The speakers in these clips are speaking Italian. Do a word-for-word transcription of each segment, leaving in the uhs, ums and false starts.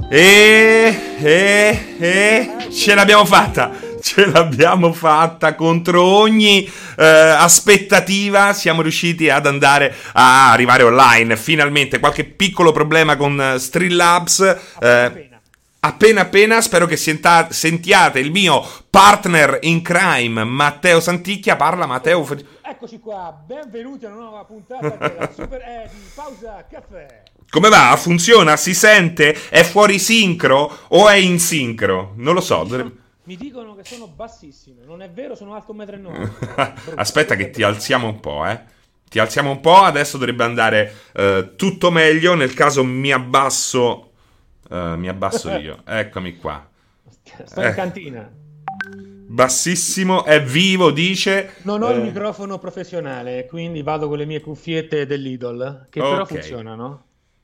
E, e, e ce l'abbiamo fatta, ce l'abbiamo fatta contro ogni eh, aspettativa. Siamo riusciti ad andare a arrivare online. Finalmente, qualche piccolo problema con uh, Streamlabs. Eh, appena appena, spero che senta- sentiate il mio partner in crime, Matteo Santicchia. Parla, Matteo. Eccoci qua, benvenuti a una nuova puntata della Super E di Pausa Caffè. Come va? Funziona? Si sente? È fuori sincro o è in sincro? Non lo so. Dovrebbe... Mi dicono che sono bassissimo. Non è vero, sono alto un metro e novanta. Aspetta che ti alziamo un po', eh. Ti alziamo un po', adesso dovrebbe andare uh, tutto meglio. Nel caso mi abbasso uh, mi abbasso io. Eccomi qua. Sto in eh. cantina. Bassissimo, è vivo, dice. Non ho eh. il microfono professionale, quindi vado con le mie cuffiette dell'Idol, che okay. però funzionano.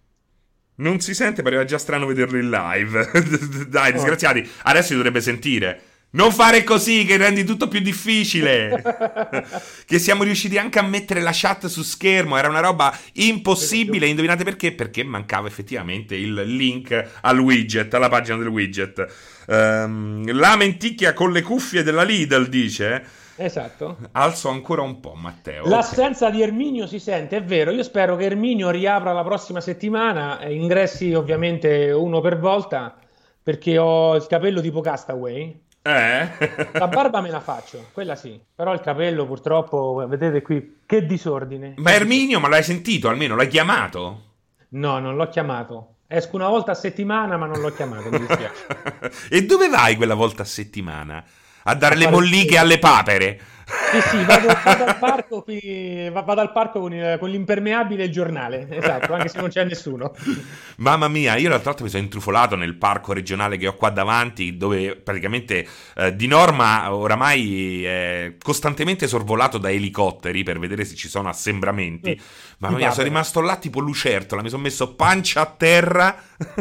Non si sente, pareva già strano vederlo in live. Dai, disgraziati, oh. Adesso si dovrebbe sentire. Non fare così, che rendi tutto più difficile. Che siamo riusciti anche a mettere la chat su schermo. Era una roba impossibile. Indovinate perché? Perché mancava effettivamente il link al widget, alla pagina del widget. um, La menticchia con le cuffie della Lidl, dice. Esatto. Alzo ancora un po', Matteo. L'assenza okay. di Erminio si sente, è vero. Io spero che Erminio riapra la prossima settimana. Ingressi ovviamente uno per volta, perché ho il capello tipo Castaway. Eh? La barba me la faccio, quella sì. Però il capello purtroppo, vedete qui, che disordine. Ma Erminio, ma l'hai sentito almeno? L'hai chiamato? No, non l'ho chiamato. Esco una volta a settimana, ma non l'ho chiamato, mi dispiace. E dove vai quella volta a settimana? A dare a le molliche alle papere? Sì, sì, vado, vado al parco, qui, vado al parco con, il, con l'impermeabile e il giornale, esatto, anche se non c'è nessuno. Mamma mia, io l'altra volta mi sono intrufolato nel parco regionale che ho qua davanti, dove praticamente eh, di norma oramai è costantemente sorvolato da elicotteri per vedere se ci sono assembramenti. Eh, Mamma mia, sono rimasto là tipo lucertola, mi sono messo pancia a terra,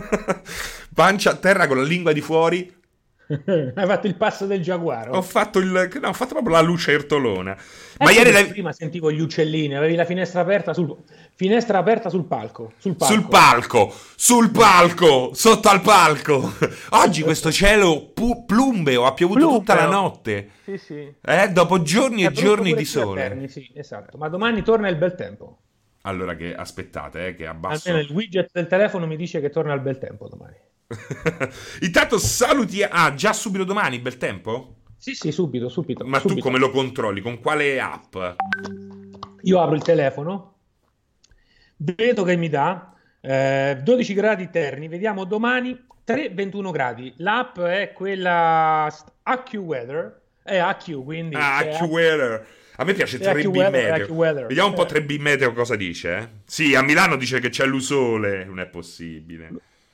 pancia a terra con la lingua di fuori. Hai fatto il passo del giaguaro. Ho fatto il no, ho fatto proprio la lucertolona. Ecco, ma ieri la... prima sentivo gli uccellini, avevi la finestra aperta sul finestra aperta sul palco, sul palco. Sul palco, sul palco, sotto al palco. Oggi questo cielo pu- plumbeo, ha piovuto plumbeo. Tutta la notte. Sì, sì. Eh, dopo giorni e giorni di sole. Terni, sì, esatto. Ma domani torna il bel tempo. Allora che aspettate, eh, che abbasso. Almeno il widget del telefono mi dice che torna il bel tempo domani. Intanto saluti. Ah, già subito domani, bel tempo? Sì, sì, subito, subito. Ma subito. Tu come lo controlli? Con quale app? Io apro il telefono, vedo che mi dà eh, dodici gradi interni, vediamo domani tre ventuno gradi. L'app è quella AccuWeather, è Accu, quindi... Ah, AccuWeather. A me piace tre B Meteo. Vediamo un po' tre B Meteo cosa dice. Eh? Sì, a Milano dice che c'è l'usole, non è possibile.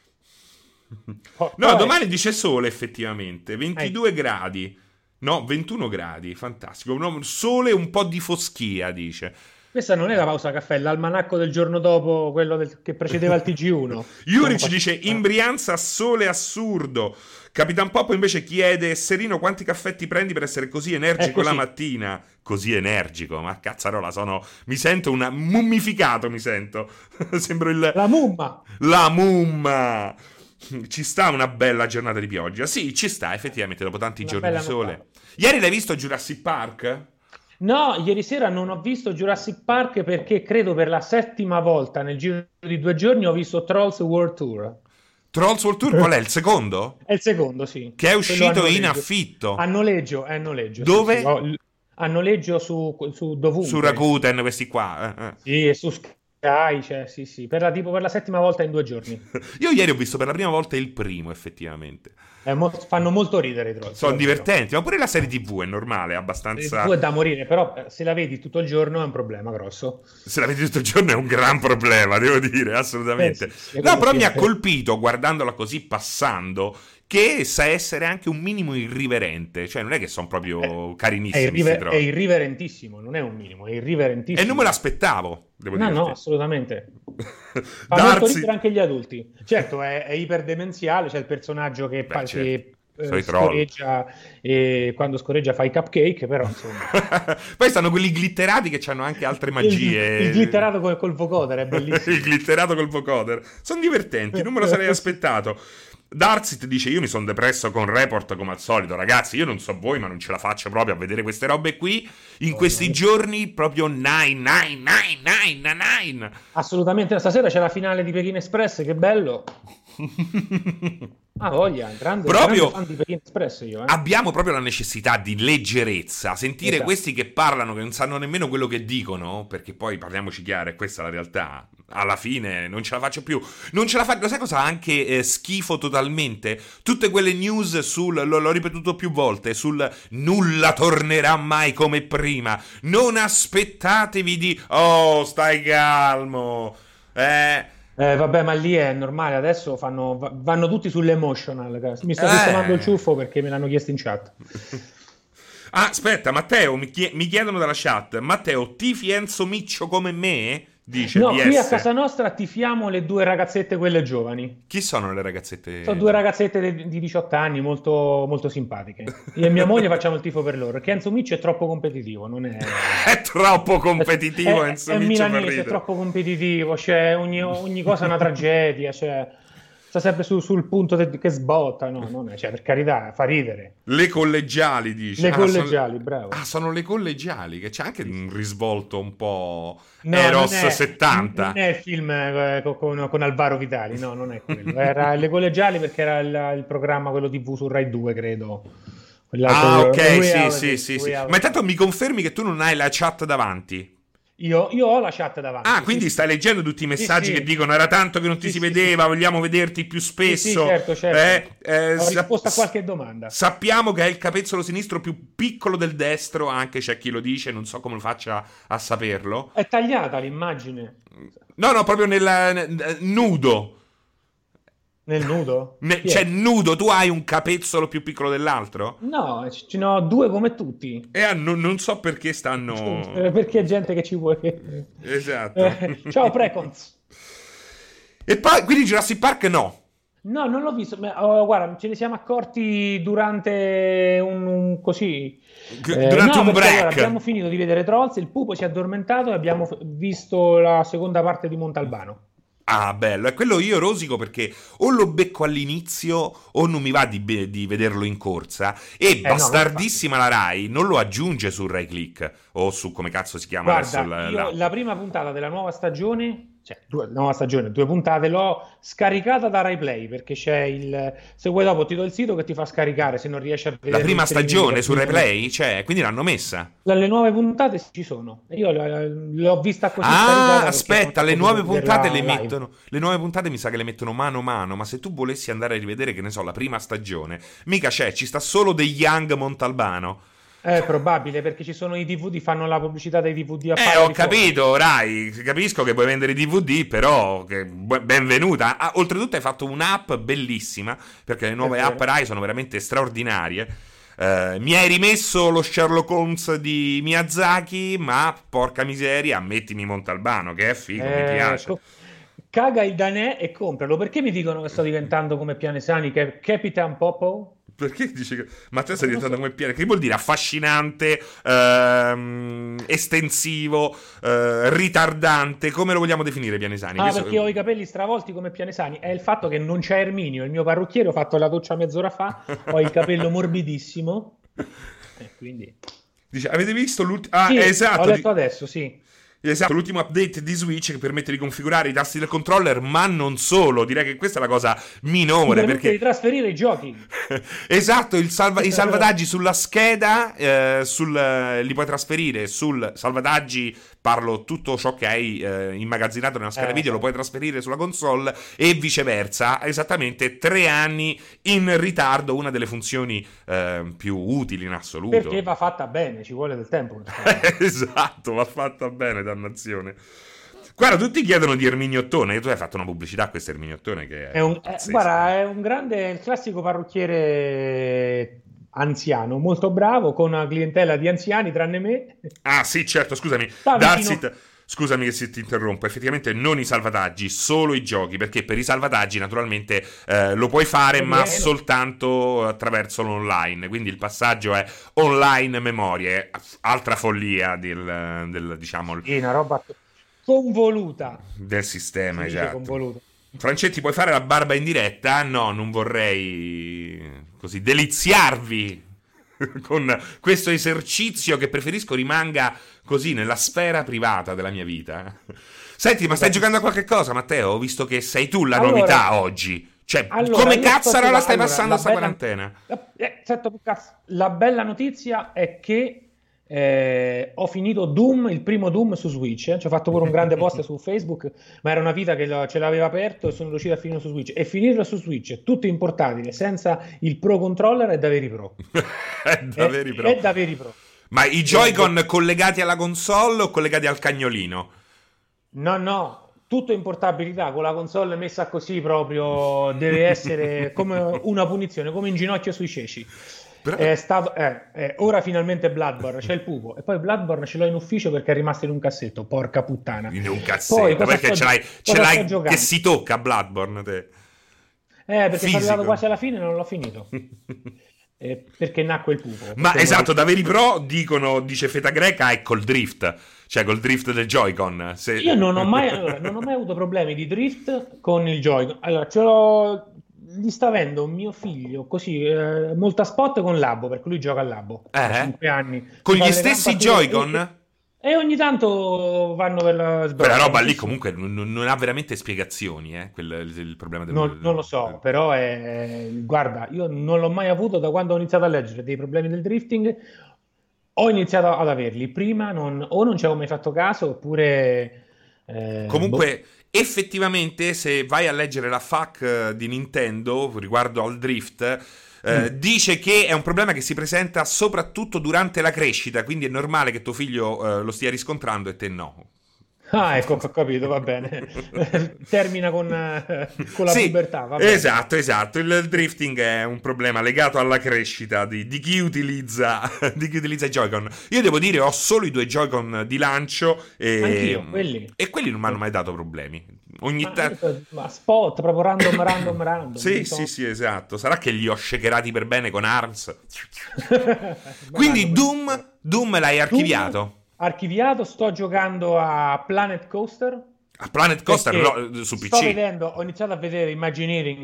Oh, no, domani dice sole effettivamente, ventidue eh. gradi, no, ventuno gradi, fantastico, no, sole, un po' di foschia, dice. Questa non è la pausa caffè, l'almanacco del giorno dopo, quello del, che precedeva il T G uno. Yurich dice in Brianza sole assurdo. Capitan Pop invece chiede: Serino, quanti caffè ti prendi per essere così energico la mattina? Così energico, ma cazzarola, sono mi sento una mummificato, mi sento. Sembro il La mumma. La mumma. Ci sta una bella giornata di pioggia. Sì, ci sta effettivamente dopo tanti una giorni di sole. Nottata. Ieri l'hai visto Jurassic Park? No, ieri sera non ho visto Jurassic Park perché credo per la settima volta nel giro di due giorni ho visto Trolls World Tour. Trolls World Tour qual è? Il secondo? È il secondo, sì. Che è uscito in affitto. A noleggio, è a noleggio. Dove? Sì, sì. A noleggio su, su dovunque. Su Rakuten, questi qua. Eh, eh. Sì, e su Sky, cioè, sì, sì. Per la, tipo per la settima volta in due giorni. Io ieri ho visto per la prima volta il primo, effettivamente. Eh, mo- fanno molto ridere i Trolls. Sono divertenti, ma pure la serie tivù è normale, è abbastanza... La tivù è da morire, però se la vedi tutto il giorno è un problema grosso. Se la vedi tutto il giorno è un gran problema, devo dire, assolutamente. Eh, sì, sì, no, però mi ha colpito, guardandola così, passando, che sa essere anche un minimo irriverente. Cioè, non è che sono proprio carinissimi. È, irriver- è irriverentissimo, non è un minimo, è irriverentissimo. E non me l'aspettavo, devo no, dire. No, no, assolutamente. Fa molto ridere anche gli adulti. Certo, è, è iperdemenziale, c'è il personaggio che... Beh, certo. che Eh, scorreggia e quando scorreggia fa i cupcake, però insomma. Poi stanno quelli glitterati che hanno anche altre magie. Il, il glitterato col, col vocoder è bellissimo. Il glitterato col vocoder sono divertenti, non me lo sarei aspettato. Darsit dice: io mi sono depresso con Report come al solito, ragazzi. Io non so voi, ma non ce la faccio proprio a vedere queste robe qui in questi giorni. Proprio nine, nine, nine, nine, nine. Assolutamente. Stasera c'è la finale di Pechino Express, che bello. Ah, voglia, grande, proprio grande fan di Pechino Express io, eh. Abbiamo proprio la necessità di leggerezza, sentire esatto. Questi che parlano, che non sanno nemmeno quello che dicono, perché poi parliamoci chiaro, è questa la realtà. Alla fine non ce la faccio più. Non ce la faccio. Lo sai cosa? Anche eh, schifo totalmente. Tutte quelle news sul, lo, l'ho ripetuto più volte, sul nulla tornerà mai come prima. Non aspettatevi di oh, stai calmo. Eh Eh, vabbè, ma lì è normale, adesso fanno, va- vanno tutti sull'emotional. Cazzo. Mi sto Eh. sistemando il ciuffo perché me l'hanno chiesto in chat. Ah, aspetta, Matteo, mi, chie- mi chiedono dalla chat. Matteo, tifi Enzo Miccio come me? Dice No, V S. qui a casa nostra tifiamo le due ragazzette, quelle giovani. Chi sono le ragazzette? Sono due ragazzette de- di diciotto anni, molto, molto simpatiche. Io e mia moglie facciamo il tifo per loro, perché Enzo Miccio è troppo competitivo, non è... È troppo competitivo è, Enzo è Miccio per milanese, è ridere. troppo competitivo, cioè ogni, ogni cosa è una tragedia, cioè sta sempre su- sul punto de- che sbotta, no, non è, cioè per carità, fa ridere. Le collegiali, dice. Le Ah, collegiali, sono... bravo. Ah, sono le collegiali, che c'è anche un risvolto un po' No, Eros non è, settanta. non è il film eh, con, con- con Alvaro Vitali, no, non è quello. Era Le Collegiali perché era il, il programma, quello tivù su Rai due, credo. Quell'altro- Ah, ok, Way sì, Out, sì, sì, sì. Way Out. Ma intanto mi confermi che tu non hai la chat davanti? Io, io ho la chat davanti. Ah, sì, quindi sì. stai leggendo tutti i messaggi Sì, sì. che dicono era tanto che non ti Sì, si sì, vedeva, vogliamo vederti più Sì, spesso. sì, certo, certo. Eh, eh, Ho sap- risposto a qualche domanda. Sappiamo che è il capezzolo sinistro più piccolo del destro, anche c'è chi lo dice, non so come lo faccia a saperlo. È tagliata l'immagine No, no, proprio nel, nel- nudo. nel nudo? Ne- Chi è? cioè nudo, tu hai un capezzolo più piccolo dell'altro? No, c- ce ne ho due come tutti. E ah, non, non so perché stanno... Eh, Perché è gente che ci vuole. Esatto. Eh, ciao, Precons. E poi, quindi Jurassic Park no. No, non l'ho visto. ma, oh, guarda, ce ne siamo accorti durante un, un così. G- Eh, durante no, un perché break. allora abbiamo finito di vedere Trolls, il pupo si è addormentato e abbiamo f- visto la seconda parte di Montalbano. Ah, bello, è quello io rosico perché o lo becco all'inizio o non mi va di, be- di vederlo in corsa e no, bastardissima la Rai non lo aggiunge sul Rai Click o su come cazzo si chiama Guarda, adesso la, io la- la prima puntata della nuova stagione, cioè due, nuova stagione, due puntate, l'ho scaricata da Rai Play perché c'è il. Se vuoi dopo ti do il sito che ti fa scaricare se non riesci a vedere la prima il streaming stagione che su Rai ci Play, cioè, quindi l'hanno messa. sono. Le nuove puntate ci sono. Io l- l'ho vista così Ah, scaricata perché aspetta, non le ho nuove potuto puntate le vederla live. mettono. Le nuove puntate mi sa che le mettono mano a mano. Ma se tu volessi andare a rivedere, che ne so, la prima stagione, mica c'è, ci sta solo The Young Montalbano. È probabile perché ci sono i D V D, fanno la pubblicità dei D V D a Eh, paia ho di fuoco. capito, Rai, capisco che puoi vendere i D V D, però che, bu- benvenuta. Ah, oltretutto hai fatto un'app bellissima, perché le nuove È app vero. Rai sono veramente straordinarie. Eh, mi hai rimesso lo Sherlock Holmes di Miyazaki, ma porca miseria, mettimi Montalbano, che è figo, mi Eh, piace. co- Caga il danè e compralo. Perché mi dicono che sto diventando come Pianesani, che Capitan Popo? Perché dice che Matteo sta Non lo diventando so. come Piane? Che vuol dire affascinante, ehm, estensivo, eh, ritardante? Come lo vogliamo definire, Pianesani? Ah, Questo- perché ho i capelli stravolti come Pianesani. È il fatto che non c'è Erminio, il mio parrucchiere. Ho fatto la doccia mezz'ora fa. Ho il capello morbidissimo. E quindi. Dice, avete visto l'ultimo... Ah, Sì, esatto. ho di- letto adesso, sì. Esatto, l'ultimo update di Switch che permette di configurare i tasti del controller, ma non solo. Direi che questa è la cosa Mi minore, permette perché... di trasferire i giochi. Esatto, il salva- i salvataggi sulla scheda eh, sul, eh, li puoi trasferire sul salvataggi, parlo tutto ciò che hai eh, immagazzinato nella scheda Eh, video, lo sì. puoi trasferire sulla console e viceversa, esattamente tre anni in ritardo, una delle funzioni eh, più utili in assoluto. Perché va fatta bene, ci vuole del tempo. questa cosa. Esatto, va fatta bene, dannazione. Guarda, tutti chiedono di Erminio Ottone, e tu hai fatto una pubblicità a questo Erminio Ottone che è, È un, eh, pazzesca. guarda, è un grande, è il classico parrucchiere anziano, molto bravo, con una clientela di anziani, tranne me. Ah, sì, certo, scusami. Sta Darsit, vicino- scusami che si ti interrompo. Effettivamente non i salvataggi, solo i giochi, perché per i salvataggi naturalmente eh, lo puoi fare, È ma pieno. soltanto attraverso l'online. Quindi il passaggio è online memorie, altra follia del, del, diciamo, Sì, una roba convoluta. del sistema, Si dice esatto. convoluta. Francetti, puoi fare la barba in diretta? No, non vorrei così deliziarvi con questo esercizio che preferisco rimanga così nella sfera privata della mia vita. Senti, ma stai giocando a qualche cosa, Matteo? Visto che sei tu la Allora, novità oggi. Cioè, allora, come io sto cazzarola giocando. stai Allora, passando la sta bella, quarantena? la, eh, certo, cazzo. La bella notizia è che eh, ho finito Doom, il primo Doom su Switch. eh. Ci ho fatto pure un grande post su Facebook, ma era una vita che lo- ce l'avevo aperto e sono riuscito a finirlo su Switch. E finirlo su Switch, tutto in portatile, senza il Pro Controller, è da veri pro. È da È, veri pro. è da veri pro. Ma i Eh, Joy-Con collegati alla console o collegati al cagnolino? No, no, tutto in portabilità, con la console messa così proprio deve essere come una punizione, come in ginocchio sui ceci. Però... È stato, eh, eh, ora finalmente Bloodborne, c'è il pupo, e poi Bloodborne ce l'ho in ufficio perché è rimasto in un cassetto, porca puttana. in un Poi cassetto, cosa perché sto, ce l'hai, cosa ce sto l'hai che giocando? si tocca Bloodborne, te. Eh, perché sono arrivato Fisico. quasi alla fine e non l'ho finito. Eh, perché nacque il pupo. Ma perché esatto, da morì. veri pro dicono, dice Feta Greca, è col drift, cioè col drift del Joy-Con. Se... Io non ho mai, allora, non ho mai avuto problemi di drift con il Joy-Con. Allora, ce l'ho, gli sta avendo mio figlio così, eh, molta spot con Labbo, perché lui gioca al Labbo da Eh? cinque anni. Con Si fa gli le stessi rampature Joy-Con? e, e ogni tanto vanno per la Quella sbrocca. roba lì Sì, sì. comunque non, non ha veramente spiegazioni, eh, quel, il, il problema del... Non, non lo so, però è, guarda, io non l'ho mai avuto da quando ho iniziato a leggere dei problemi del drifting. Ho iniziato ad averli prima, non, o non ci avevo mai fatto caso, oppure eh, boh. Comunque, effettivamente, se vai a leggere la F A Q di Nintendo riguardo al drift, eh, Mm. dice che è un problema che si presenta soprattutto durante la crescita, quindi è normale che tuo figlio eh, lo stia riscontrando e te no. Ah, ecco, ho capito, va bene. Termina con, eh, con la Sì, pubertà, va bene. esatto, esatto. Il drifting è un problema legato alla crescita di, di chi utilizza di chi utilizza i Joy-Con. Io devo dire, ho solo i due Joy-Con di lancio e, Anch'io, quelli. e quelli non mi hanno mai dato problemi. Ogni Ma, tanto... ma spot, proprio random, random, random. Sì, non so. sì, sì, esatto. Sarà che li ho shakerati per bene con ARMS. Ma Quindi vanno Doom, benissimo. Doom l'hai archiviato. Archiviato, sto giocando a Planet Coaster. A Planet Coaster Perché no, su sto P C. vedendo, ho iniziato a vedere Imagineering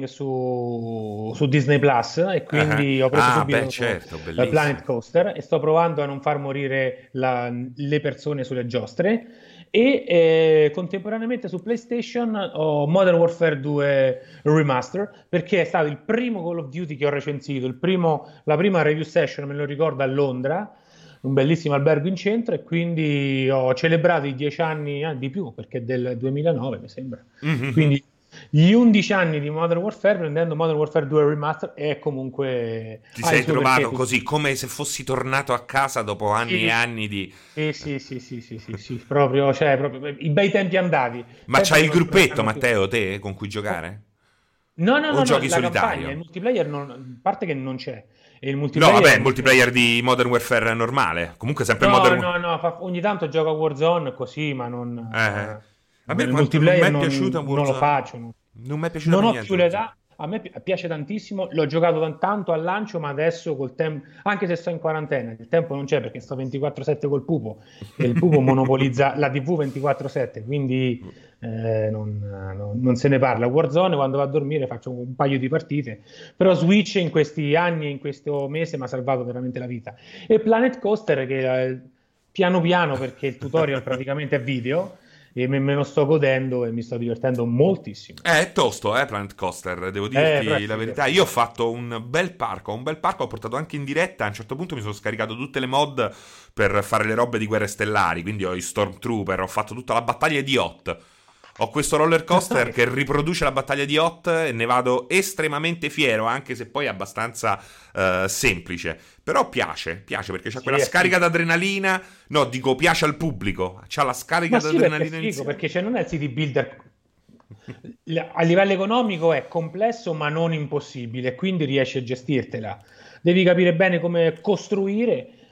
su, su Disney Plus e quindi Ah, ho preso ah, subito beh, certo, eh, bellissimo. Planet Coaster e sto provando a non far morire la- le persone sulle giostre. E eh, contemporaneamente su PlayStation ho Modern Warfare due Remaster perché è stato il primo Call of Duty che ho recensito, il primo, la prima review session, me lo ricordo, a Londra, un bellissimo albergo in centro, e quindi ho celebrato i dieci anni, eh, di più, perché è del duemilanove mi sembra. Mhm. Quindi gli undici anni di Modern Warfare, prendendo Modern Warfare due Remaster, è comunque... Ti ha sei il suo trovato perché. così come se fossi tornato a casa dopo anni Sì. e anni di... Sì, sì, sì, sì, sì, sì, sì, proprio, cioè, proprio i bei tempi andati. Ma Tempo c'hai che il non gruppetto, torneranno più. Matteo, te, con cui giocare? No, no, O no, no, giochi la solitario? campagna, il multiplayer, non, a parte che non c'è, e il No, multiplayer... vabbè, il non- multiplayer di Modern Warfare normale. Comunque sempre No, Modern no, no, fa- ogni tanto gioco a Warzone così, ma non... Eh, eh. eh, A me il quanto non mi multiplayer è non, piaciuto non lo Warzone. faccio. no. Non mi è piaciuto Non per ho niente più Warzone. l'età, a me pi- piace tantissimo, l'ho giocato tan- tanto al lancio, ma adesso col tempo, anche se sto in quarantena, il tempo non c'è perché sto ventiquattro sette col pupo e il pupo monopolizza la T V ventiquattro sette, quindi eh, non, non- non se ne parla. Warzone quando vado a dormire faccio un paio di partite, però Switch in questi anni, in questo mese mi ha salvato veramente la vita. E Planet Coaster che eh, piano piano, perché il tutorial praticamente è video, e me, me lo sto godendo e mi sto divertendo moltissimo. Eh, è tosto, eh, Planet Coaster, devo Eh, dirti però sì, la verità. sì. Io ho fatto un bel parco, un bel parco, ho portato anche in diretta, a un certo punto mi sono scaricato tutte le mod per fare le robe di Guerre Stellari, quindi ho i Stormtrooper, ho fatto tutta la battaglia di Hoth. Ho questo roller coaster che riproduce la battaglia di Hoth e ne vado estremamente fiero, anche se poi è abbastanza eh, semplice. Però piace, piace perché c'ha Sì, quella è scarica d'adrenalina. No, dico piace al pubblico. C'ha la scarica Ma sì, perché è d'adrenalina figo, iniziale. perché cioè, non è il city builder. L- A livello economico è complesso ma non impossibile, quindi riesci a gestirtela. Devi capire bene come costruire,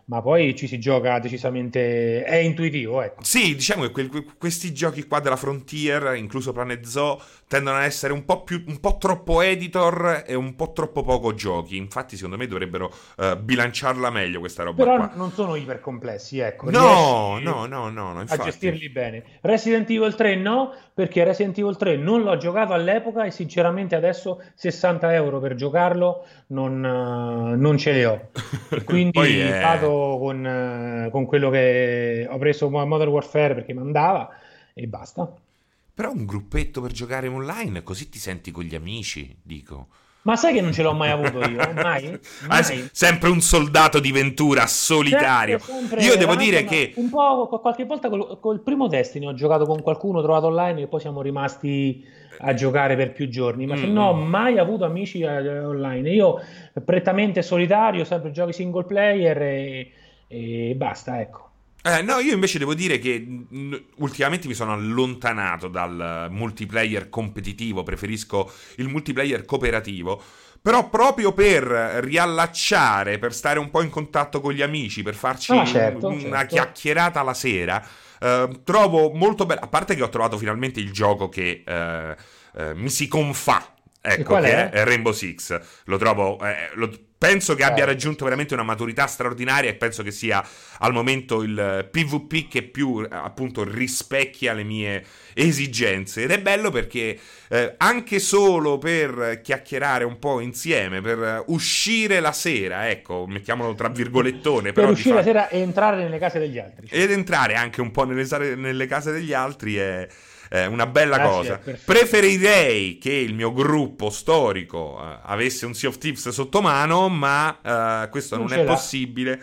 ma poi ci si gioca decisamente, è intuitivo, ecco. Sì, diciamo che que- que- questi giochi qua della Frontier, incluso Planet Zoo, tendono ad essere un po' più, un po' troppo editor e un po' troppo poco giochi. Infatti, secondo me dovrebbero eh, bilanciarla meglio questa roba Però qua. non sono iper complessi, ecco, No, riesci no, no, no, no, a infatti. gestirli bene. Resident Evil tre no, perché Resident Evil tre non l'ho giocato all'epoca e sinceramente adesso sessanta euro per giocarlo non, eh, non ce li ho. E Poi quindi è... vado con, eh, con quello che ho preso Modern Warfare perché mandava e basta. Però un gruppetto per giocare online, così ti senti con gli amici, dico. Ma sai che non ce l'ho mai avuto io? Mai? Ah, s- Mai? sempre un soldato di Ventura Sempre, solitario. sempre Io devo veramente dire una- che un po' qu- qualche volta col, col primo Destiny ho giocato con qualcuno trovato online e poi siamo rimasti a giocare per più giorni, ma se mm, no mm. mai avuto amici eh, online. Io prettamente solitario, sempre giochi single player e, e basta, ecco. Eh, no, io invece devo dire che mh, ultimamente mi sono allontanato dal multiplayer competitivo, preferisco il multiplayer cooperativo. Però proprio per riallacciare, per stare un po' in contatto con gli amici, per farci Ah, un- certo, una certo. chiacchierata la sera, eh, trovo molto bello. A parte che ho trovato finalmente il gioco che eh, eh, mi si confà. E Ecco, qual che è? è Rainbow Six. Lo trovo. eh, lo- penso che abbia Certo. raggiunto veramente una maturità straordinaria e penso che sia al momento il PvP che più eh, appunto rispecchia le mie esigenze. Ed è bello perché eh, anche solo per chiacchierare un po' insieme, per eh, uscire la sera, ecco, mettiamolo tra virgolettone, Per però di uscire la fatto sera e entrare nelle case degli altri. ed entrare anche un po' nelle, sare- nelle case degli altri è, è una bella Ah, sì, cosa. è perfetto. Preferirei che il mio gruppo storico eh, avesse un Sea of Thieves sotto mano, ma eh, questo Non non ce è l'ha. possibile.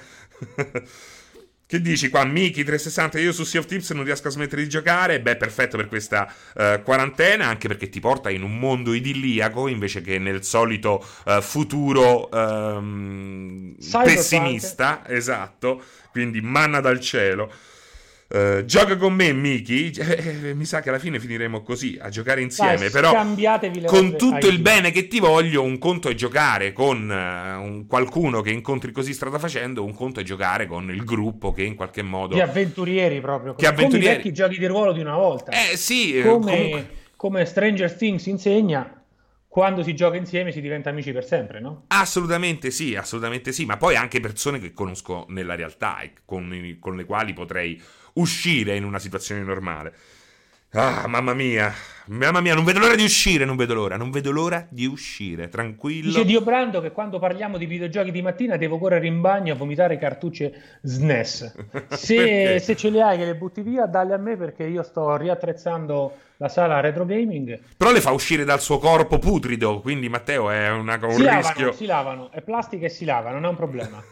Che dici qua, Miki trecentosessanta? Io su Sea of Thieves non riesco a smettere di giocare. Beh, perfetto per questa eh, quarantena, anche perché ti porta in un mondo idilliaco invece che nel solito eh, futuro ehm, Cyberpunk. pessimista. Esatto, quindi manna dal cielo. Eh, gioca con me, Miki. Eh, eh, mi sa che alla fine finiremo così a giocare insieme. Dai, Però, scambiatevi le con vostre tutto il I D. bene che ti voglio, un conto è giocare con eh, un qualcuno che incontri così strada facendo, un conto è giocare con il gruppo che in qualche modo. Di avventurieri proprio, Che come i avventurieri. vecchi giochi di ruolo di una volta. Eh sì, eh, Come, comunque. come Stranger Things insegna, quando si gioca insieme si diventa amici per sempre, no? Assolutamente sì, assolutamente sì, ma poi anche persone che conosco nella realtà e con, i- con le quali potrei uscire in una situazione normale. Ah, mamma mia, mamma mia, non vedo l'ora di uscire, non vedo l'ora, non vedo l'ora di uscire, tranquillo. Dice Dio Brando che quando parliamo di videogiochi di mattina devo correre in bagno a vomitare cartucce S N E S. Se, Perché? se ce le hai che le butti via, dalle a me perché io sto riattrezzando la sala retro gaming. Però le fa uscire dal suo corpo putrido, quindi Matteo è una- un Si lavano, rischio. si lavano, è plastica e si lava, non è un problema.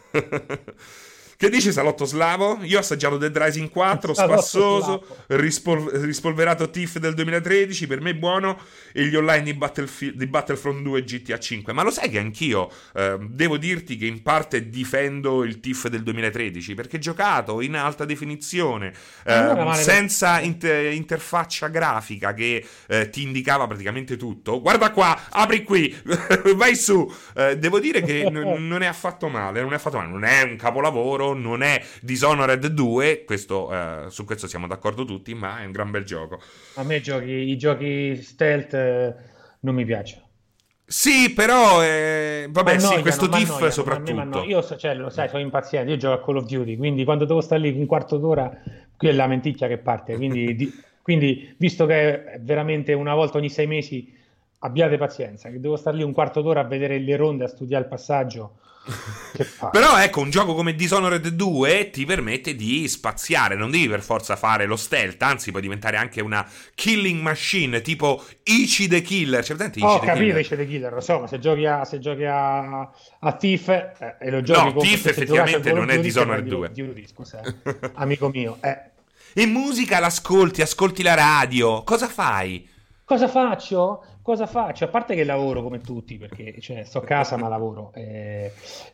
Che dice Salotto Slavo? Io ho assaggiato Dead Rising quattro, Salotto spassoso, Slavo. rispol- rispolverato Tiff del duemilatredici, per me buono, e gli online di, Battlefield- di Battlefront due e G T A cinque. Ma lo sai che anch'io eh, devo dirti che in parte difendo il Tiff del duemilatredici, perché giocato in alta definizione, E non era eh, male senza per- inter- interfaccia grafica che eh, ti indicava praticamente tutto. Guarda qua, apri qui, vai su. Eh, devo dire che n- non è affatto male, non è affatto male, non è un capolavoro, non è Dishonored due, questo, eh, su questo siamo d'accordo tutti, ma è un gran bel gioco. A me giochi, i giochi stealth eh, non mi piacciono. Sì, però, eh, vabbè, sì, M'annoiano, questo Tiff m'annoiano, a me soprattutto. m'annoiano. Io so- cioè, lo sai, sono impaziente, io gioco a Call of Duty, quindi quando devo stare lì un quarto d'ora, qui è la menticchia che parte, quindi, di- quindi visto che è veramente una volta ogni sei mesi, abbiate pazienza, che devo stare lì un quarto d'ora a vedere le ronde, a studiare il passaggio, che fa? Però ecco, un gioco come Dishonored due ti permette di spaziare, non devi per forza fare lo stealth, anzi puoi diventare anche una killing machine, tipo Ichi the Killer. C'è presente Ichi Ho the capito, Killer? dice The Killer, lo so, ma se giochi a, se giochi a, a Thief eh, e lo giochi No, come Thief se se giocassi a effettivamente Call of non è Duty, Dishonored sembra due. Di, di, di, scusa, eh. Amico mio, eh. E musica l'ascolti, ascolti la radio, cosa fai? Cosa faccio? cosa faccio? A parte che lavoro come tutti, perché cioè, sto a casa ma lavoro. Eh,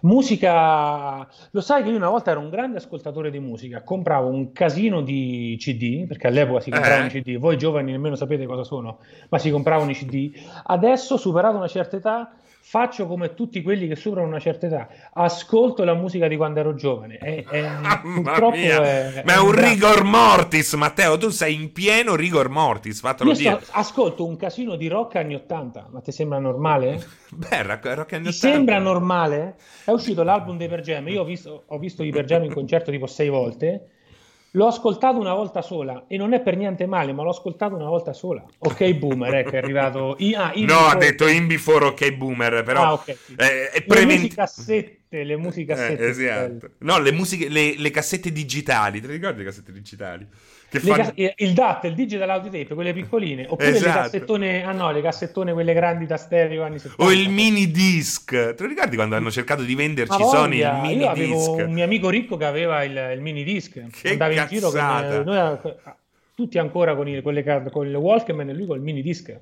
musica, lo sai che io una volta ero un grande ascoltatore di musica, compravo un casino di C D, perché all'epoca si compravano i Eh? C D, voi giovani nemmeno sapete cosa sono, ma si compravano i C D. Adesso, superato una certa età, faccio come tutti quelli che superano una certa età, ascolto la musica di quando ero giovane. E, e Mamma purtroppo mia, è, ma è è un un dramma. rigor mortis, Matteo. Tu sei in pieno rigor mortis, fatelo Io dire. sto, ascolto un casino di rock anni ottanta, ma ti sembra normale? Beh, rock, rock anni Ti sembra ottanta. normale? È uscito l'album dei Per Jam, io ho visto, ho visto i Per Jam in concerto tipo sei volte, l'ho ascoltato una volta sola e non è per niente male, ma l'ho ascoltato una volta sola. Ok Boomer, ecco, è arrivato... I, ah, In No, ha Before... detto in before ok boomer, però Ah, ok, sì. eh, è Le preventivo. musicassette, le Eh, musicassette, più belle. esatto. No, le musiche, le, le cassette digitali. Te le ricordi le cassette digitali? Che Le fanno... cas- eh, il D A T, il Digital Audio Tape, quelle piccoline, oppure le Esatto. cassettone, ah no, le cassettone quelle grandi da stereo anni O il settanta. mini disc. Te lo ricordi quando hanno cercato di Ma venderci Sony il voglia, io mini avevo un disc? mio amico ricco che aveva il, il mini disc, Che andava in giro con eh, cazzata. noi, eh, tutti ancora con, i, con, le, car- con il Walkman e lui con il mini disc.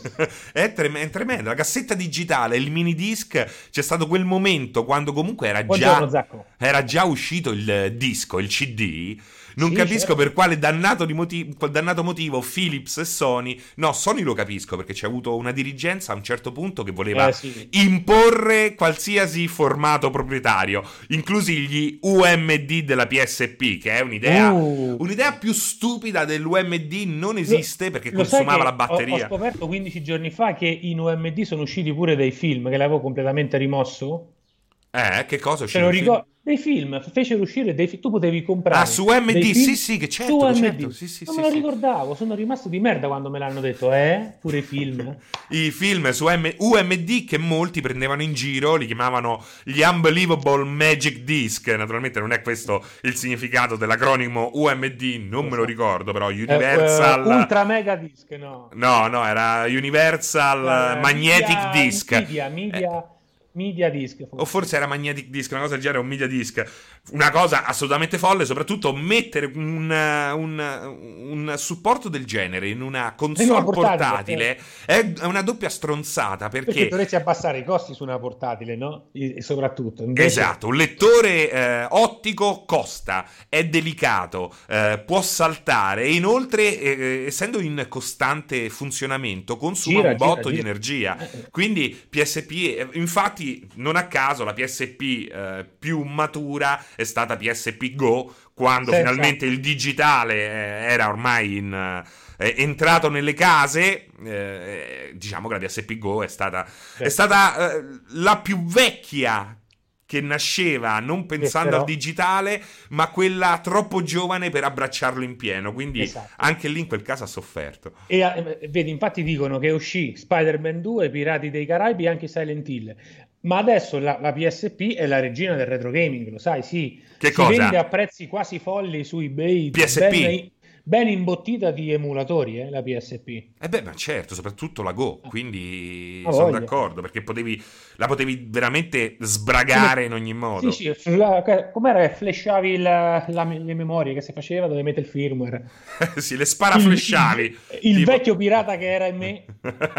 È, trem- è tremendo. La cassetta digitale, il mini disc. C'è stato quel momento quando comunque era Buongiorno già, Zacco. era già uscito il disco, il C D. Non Sì, capisco certo. per quale dannato, di motivo, quel dannato motivo Philips e Sony. No, Sony lo capisco perché c'è avuto una dirigenza a un certo punto che voleva Eh sì. imporre qualsiasi formato proprietario, inclusi gli U M D della P S P, che è un'idea, Uh, un'idea più stupida dell'U M D. Non lo, esiste perché lo sai consumava la che ho, ho batteria. scoperto quindici giorni fa che in U M D sono usciti pure dei film che l'avevo completamente rimosso? Eh, che cosa è Se lo uscito il film? ricordo, dei film, fecero uscire dei fi- tu potevi Ah, comprare su U M D, dei sì, film sì, che su certo, che certo, U M D. sì, sì, Non sì, me lo sì. ricordavo, sono rimasto di merda quando me l'hanno detto, eh? Pure i film. I film su M- U M D che molti prendevano in giro, li chiamavano gli Unbelievable Magic Disc. Naturalmente non è questo il significato dell'acronimo U M D, non Lo me lo so. ricordo, però Eh, eh, Universal... Ultra Mega Disc, no. No, no, era Universal Eh, Magnetic media, Disc. media, Eh, media, media Disc o forse. forse era Magnetic Disc, una cosa del genere, un media disc. Una cosa assolutamente folle, soprattutto mettere un, un, un supporto del genere in una In una console portatile, portatile eh. è una doppia stronzata Perché perché... dovresti abbassare i costi su una portatile, no? E, e soprattutto, invece... Esatto, un lettore eh, ottico costa, è delicato, eh, può saltare e inoltre, eh, essendo in costante funzionamento, consuma Gira, un gira, botto di gira. energia. Eh, eh. Quindi P S P, eh, infatti, non a caso la P S P eh, più matura è stata P S P Go, quando Senza... finalmente il digitale eh, era ormai in... È entrato nelle case, eh, diciamo che la P S P Go è stata, è Certo. stata eh, la più vecchia che nasceva non Che pensando al però... digitale, ma quella troppo giovane per abbracciarlo in pieno. Quindi Esatto. anche lì in quel caso ha sofferto. E eh, vedi, infatti dicono che uscì Spider-Man due, Pirati dei Caraibi e anche Silent Hill. Ma adesso la, la P S P è la regina del retro gaming, lo sai, sì. Che Si vende cosa? a prezzi quasi folli su eBay, P S P? ben, ben imbottita di emulatori, eh, la P S P. Eh beh, ma certo, soprattutto la Go, quindi Ha sono voglia. d'accordo, perché potevi, la potevi veramente Ci met- sbragare in ogni Sì, modo. sì, fla- che- com'era che flashavi il- la- le memorie che si faceva dove mette il firmware? Sì, le Il, il- sparaflesciavi. il Tipo... vecchio pirata che era in me,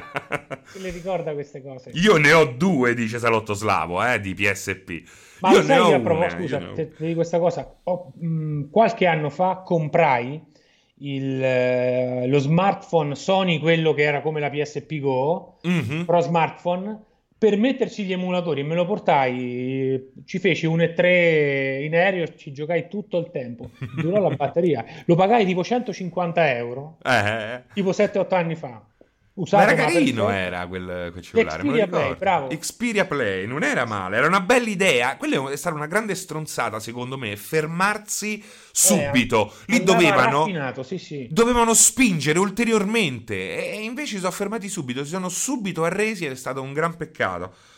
se le ricorda queste cose. Io ne ho due, dice Salotto Slavo, eh, di P S P. Ma Io lo ne sai che ho a proposito, una. scusa, Io ne ho... te, te dico questa cosa, Ho- mh, qualche anno fa comprai il, eh, lo smartphone Sony, quello che era come la P S P Go, Mhm. Pro Smartphone, per metterci gli emulatori e me lo portai, ci feci un e tre in aereo, ci giocai tutto il tempo, durò la batteria, lo pagai tipo centocinquanta euro, Eh, tipo sette otto anni fa, ma usato era ma carino, perfetto. era quel, quel cellulare, me lo Xperia Play, ricordo. bravo. Xperia Play, non era male, era una bella idea. Quella è stata una grande stronzata, secondo me, fermarsi Eh, subito. Lì andava dovevano, raffinato, sì sì. dovevano spingere ulteriormente e invece si sono fermati subito, si sono subito arresi ed è stato un gran peccato.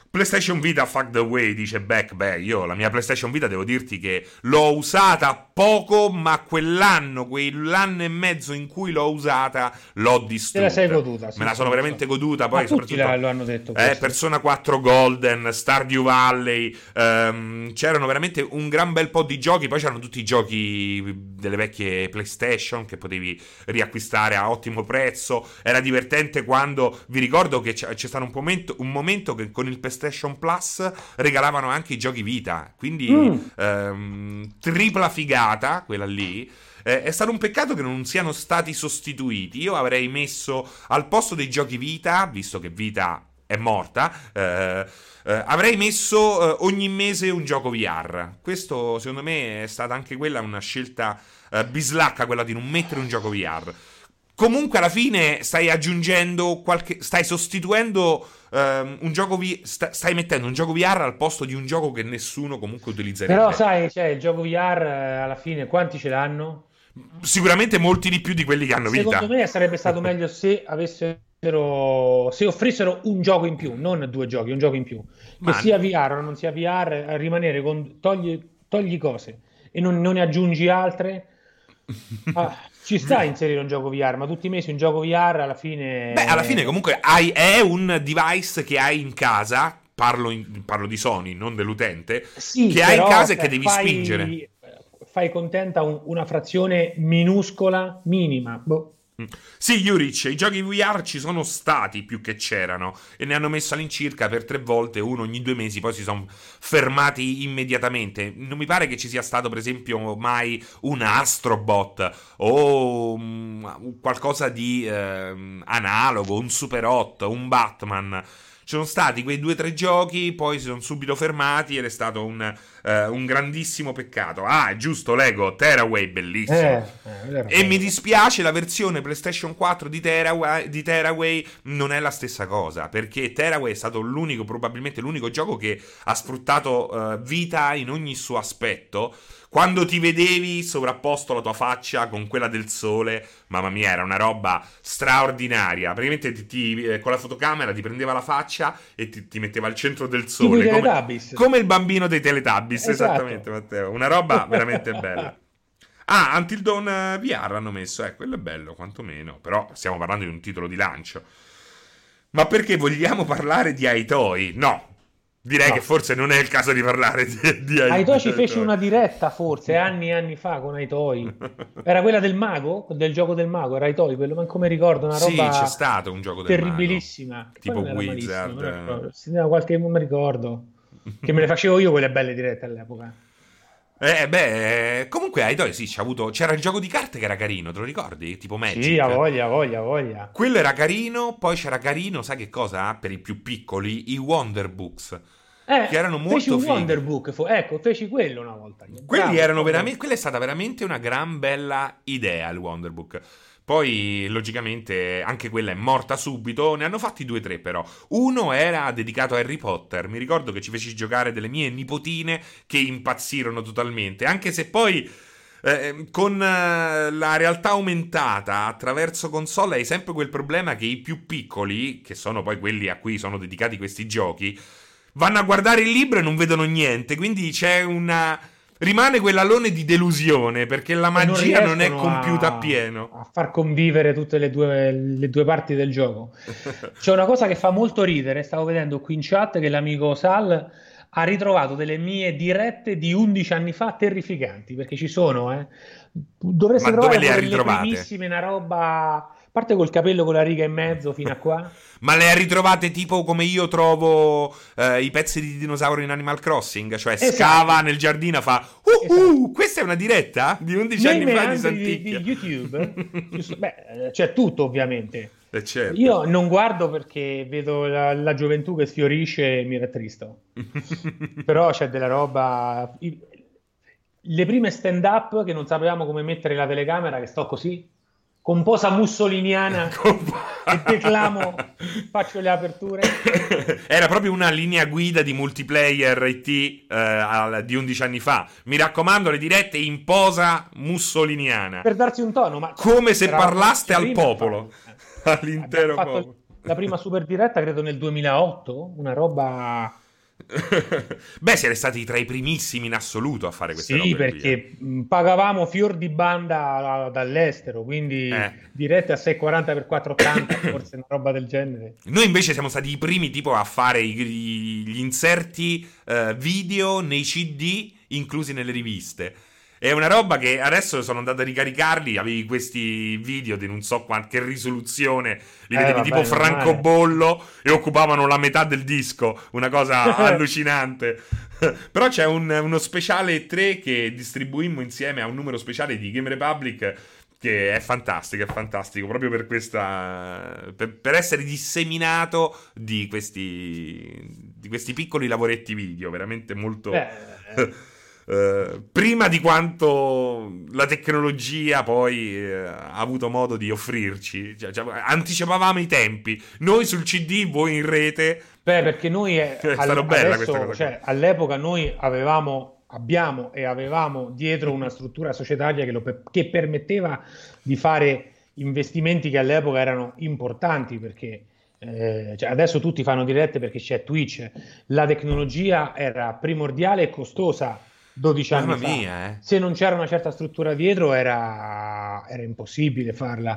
PlayStation Vita fuck the way, dice Beck. Beh, io la mia PlayStation Vita devo dirti che l'ho usata poco, ma quell'anno, quell'anno e mezzo in cui l'ho usata, l'ho distrutta. Te la sei goduta? Sì, me la sono sì, veramente so. goduta. Poi ma tutti soprattutto lo hanno detto eh, Persona quattro Golden, Stardew Valley, ehm, c'erano veramente un gran bel po' di giochi. Poi c'erano tutti i giochi delle vecchie PlayStation che potevi riacquistare a ottimo prezzo. Era divertente quando, vi ricordo che c'è, c'è stato un momento, un momento che con il PlayStation Plus regalavano anche i giochi Vita, quindi Mm. ehm, tripla figata quella lì. Eh, è stato un peccato che non siano stati sostituiti. Io avrei messo al posto dei giochi Vita, visto che Vita è morta, eh, eh, avrei messo eh, ogni mese un gioco V R. Questo secondo me è stata anche quella una scelta eh, bislacca, quella di non mettere un gioco V R. Comunque alla fine stai aggiungendo qualche, stai sostituendo um, un gioco v, sta, stai mettendo un gioco V R al posto di un gioco che nessuno comunque utilizzerebbe. Però sai, cioè, il gioco V R eh, alla fine quanti ce l'hanno? Sicuramente molti di più di quelli che hanno Vita. Secondo me sarebbe stato meglio se avessero, se offrissero un gioco in più, non due giochi, un gioco in più, che Ma... sia V R o non sia V R, a rimanere con togli, togli cose e non, non ne aggiungi altre. Ah, ci sta a inserire un gioco V R, ma tutti i mesi un gioco V R alla fine. Beh, alla fine comunque hai, è un device che hai in casa. Parlo, in, parlo di Sony, non dell'utente. Sì, che hai in casa e cioè, che devi fai, spingere. Fai contenta un, una frazione minuscola, minima. Boh. Sì, Juric, i giochi V R ci sono stati più che c'erano e ne hanno messo all'incirca per tre volte, uno ogni due mesi, poi si sono fermati immediatamente. Non mi pare che ci sia stato per esempio mai un Astrobot o um, qualcosa di eh, analogo, un Super otto, un Batman. Ci sono stati quei due o tre giochi, poi si sono subito fermati ed è stato un, eh, un grandissimo peccato. Ah, è giusto, Lego, Tearaway, bellissimo. Eh, eh, e mi dispiace, la versione PlayStation quattro di Tearaway, di Tearaway non è la stessa cosa, perché Tearaway è stato l'unico, probabilmente l'unico gioco che ha sfruttato uh, Vita in ogni suo aspetto. Quando ti vedevi sovrapposto la tua faccia con quella del sole, mamma mia, era una roba straordinaria. Praticamente ti, ti, eh, con la fotocamera ti prendeva la faccia e ti, ti metteva al centro del sole. Tipo i come, come il bambino dei Teletubbies, esatto. Esattamente, Matteo. Una roba veramente bella. Ah, Until Dawn V R hanno messo, eh, quello è bello, quantomeno. Però stiamo parlando di un titolo di lancio. Ma perché vogliamo parlare di Aitoi? No. Direi no. che forse non è il caso di parlare di, di Aitoi. Aitoi ci fece una diretta forse anni e anni fa con Aitoi. Era quella del mago? Del gioco del mago? Era Aitoi quello? Ma come ricordo? Una roba sì, c'è stato un gioco del terribilissima. mago. Tipo Wizard. Wizard. Sì, qualche non mi ricordo. Che me le facevo io quelle belle dirette all'epoca. Eh, beh, comunque Aitoi sì, c'ha avuto, c'era il gioco di carte che era carino, te lo ricordi? Tipo Magic. Sì, a voglia, a voglia, a voglia. Quello era carino, poi c'era carino, sai che cosa? Per i più piccoli, i Wonder Books. Eh, che erano molto feci un fighi. Wonder Book, fu- ecco, feci quello una volta. Quelli Bravo, erano bravo. veramente, quella è stata veramente una gran bella idea, il Wonder Book. Poi, logicamente, anche quella è morta subito. Ne hanno fatti due o tre, però. Uno era dedicato a Harry Potter. Mi ricordo che ci feci giocare delle mie nipotine che impazzirono totalmente. Anche se poi, eh, con eh, la realtà aumentata attraverso console, hai sempre quel problema che i più piccoli, che sono poi quelli a cui sono dedicati questi giochi, vanno a guardare il libro e non vedono niente. Quindi c'è una... rimane quell'alone di delusione, perché la magia non, non è compiuta a, appieno. A far convivere tutte le due, le due parti del gioco. C'è una cosa che fa molto ridere. Stavo vedendo qui in chat che l'amico Sal ha ritrovato delle mie dirette di undici anni fa terrificanti, perché ci sono, eh. Dovreste Ma trovare dove le ha delle ritrovate? primissime, una roba... A parte col capello con la riga in mezzo fino a qua. Ma le ha ritrovate tipo come io trovo eh, i pezzi di dinosauro in Animal Crossing? Cioè esatto. Scava nel giardino, fa uh, esatto. uh, questa è una diretta di undici Nei anni fa di di, Santicchia di YouTube. Beh, c'è tutto ovviamente. Eh, certo. Io non guardo perché vedo la, la gioventù che sfiorisce e mi rattristo. Però c'è della roba... Le prime stand up che non sapevamo come mettere la telecamera, che sto così con posa mussoliniana e declamo, faccio le aperture. Era proprio una linea guida di multiplayer I T eh, di undici anni fa. Mi raccomando, le dirette in posa mussoliniana, per darsi un tono, ma come se parlaste al popolo, eh. all'intero Abbiamo fatto popolo. La prima super diretta credo nel duemilaotto, una roba Beh, siete stati tra i primissimi in assoluto a fare queste Sì, robe qui, eh. perché mh, pagavamo fior di banda a- dall'estero, quindi Eh. dirette a seicentoquaranta per quattrocentottanta, forse una roba del genere. Noi invece siamo stati i primi tipo a fare i- i- gli inserti eh, video nei C D inclusi nelle riviste. È una roba che adesso sono andato a ricaricarli, avevi questi video di non so quant- che risoluzione, li Eh, vedevi vabbè, tipo normale. francobollo e occupavano la metà del disco, una cosa allucinante. Però c'è un- uno speciale tre che distribuimmo insieme a un numero speciale di Game Republic che è fantastico, è fantastico, proprio per questa, per, per essere disseminato di questi, di questi piccoli lavoretti video, veramente molto... Eh, eh, prima di quanto la tecnologia poi eh, ha avuto modo di offrirci. Cioè, cioè, anticipavamo i tempi, noi sul C D, voi in rete. Beh, perché noi eh, È al- stata bella adesso, questa cosa cioè, qua. all'epoca noi avevamo, abbiamo e avevamo dietro una struttura societaria che, lo per- che permetteva di fare investimenti che all'epoca erano importanti, perché eh, cioè, adesso tutti fanno dirette perché c'è Twitch. La tecnologia era primordiale e costosa dodici Mamma anni fa. mia, eh. Se non c'era una certa struttura dietro era, era impossibile farla.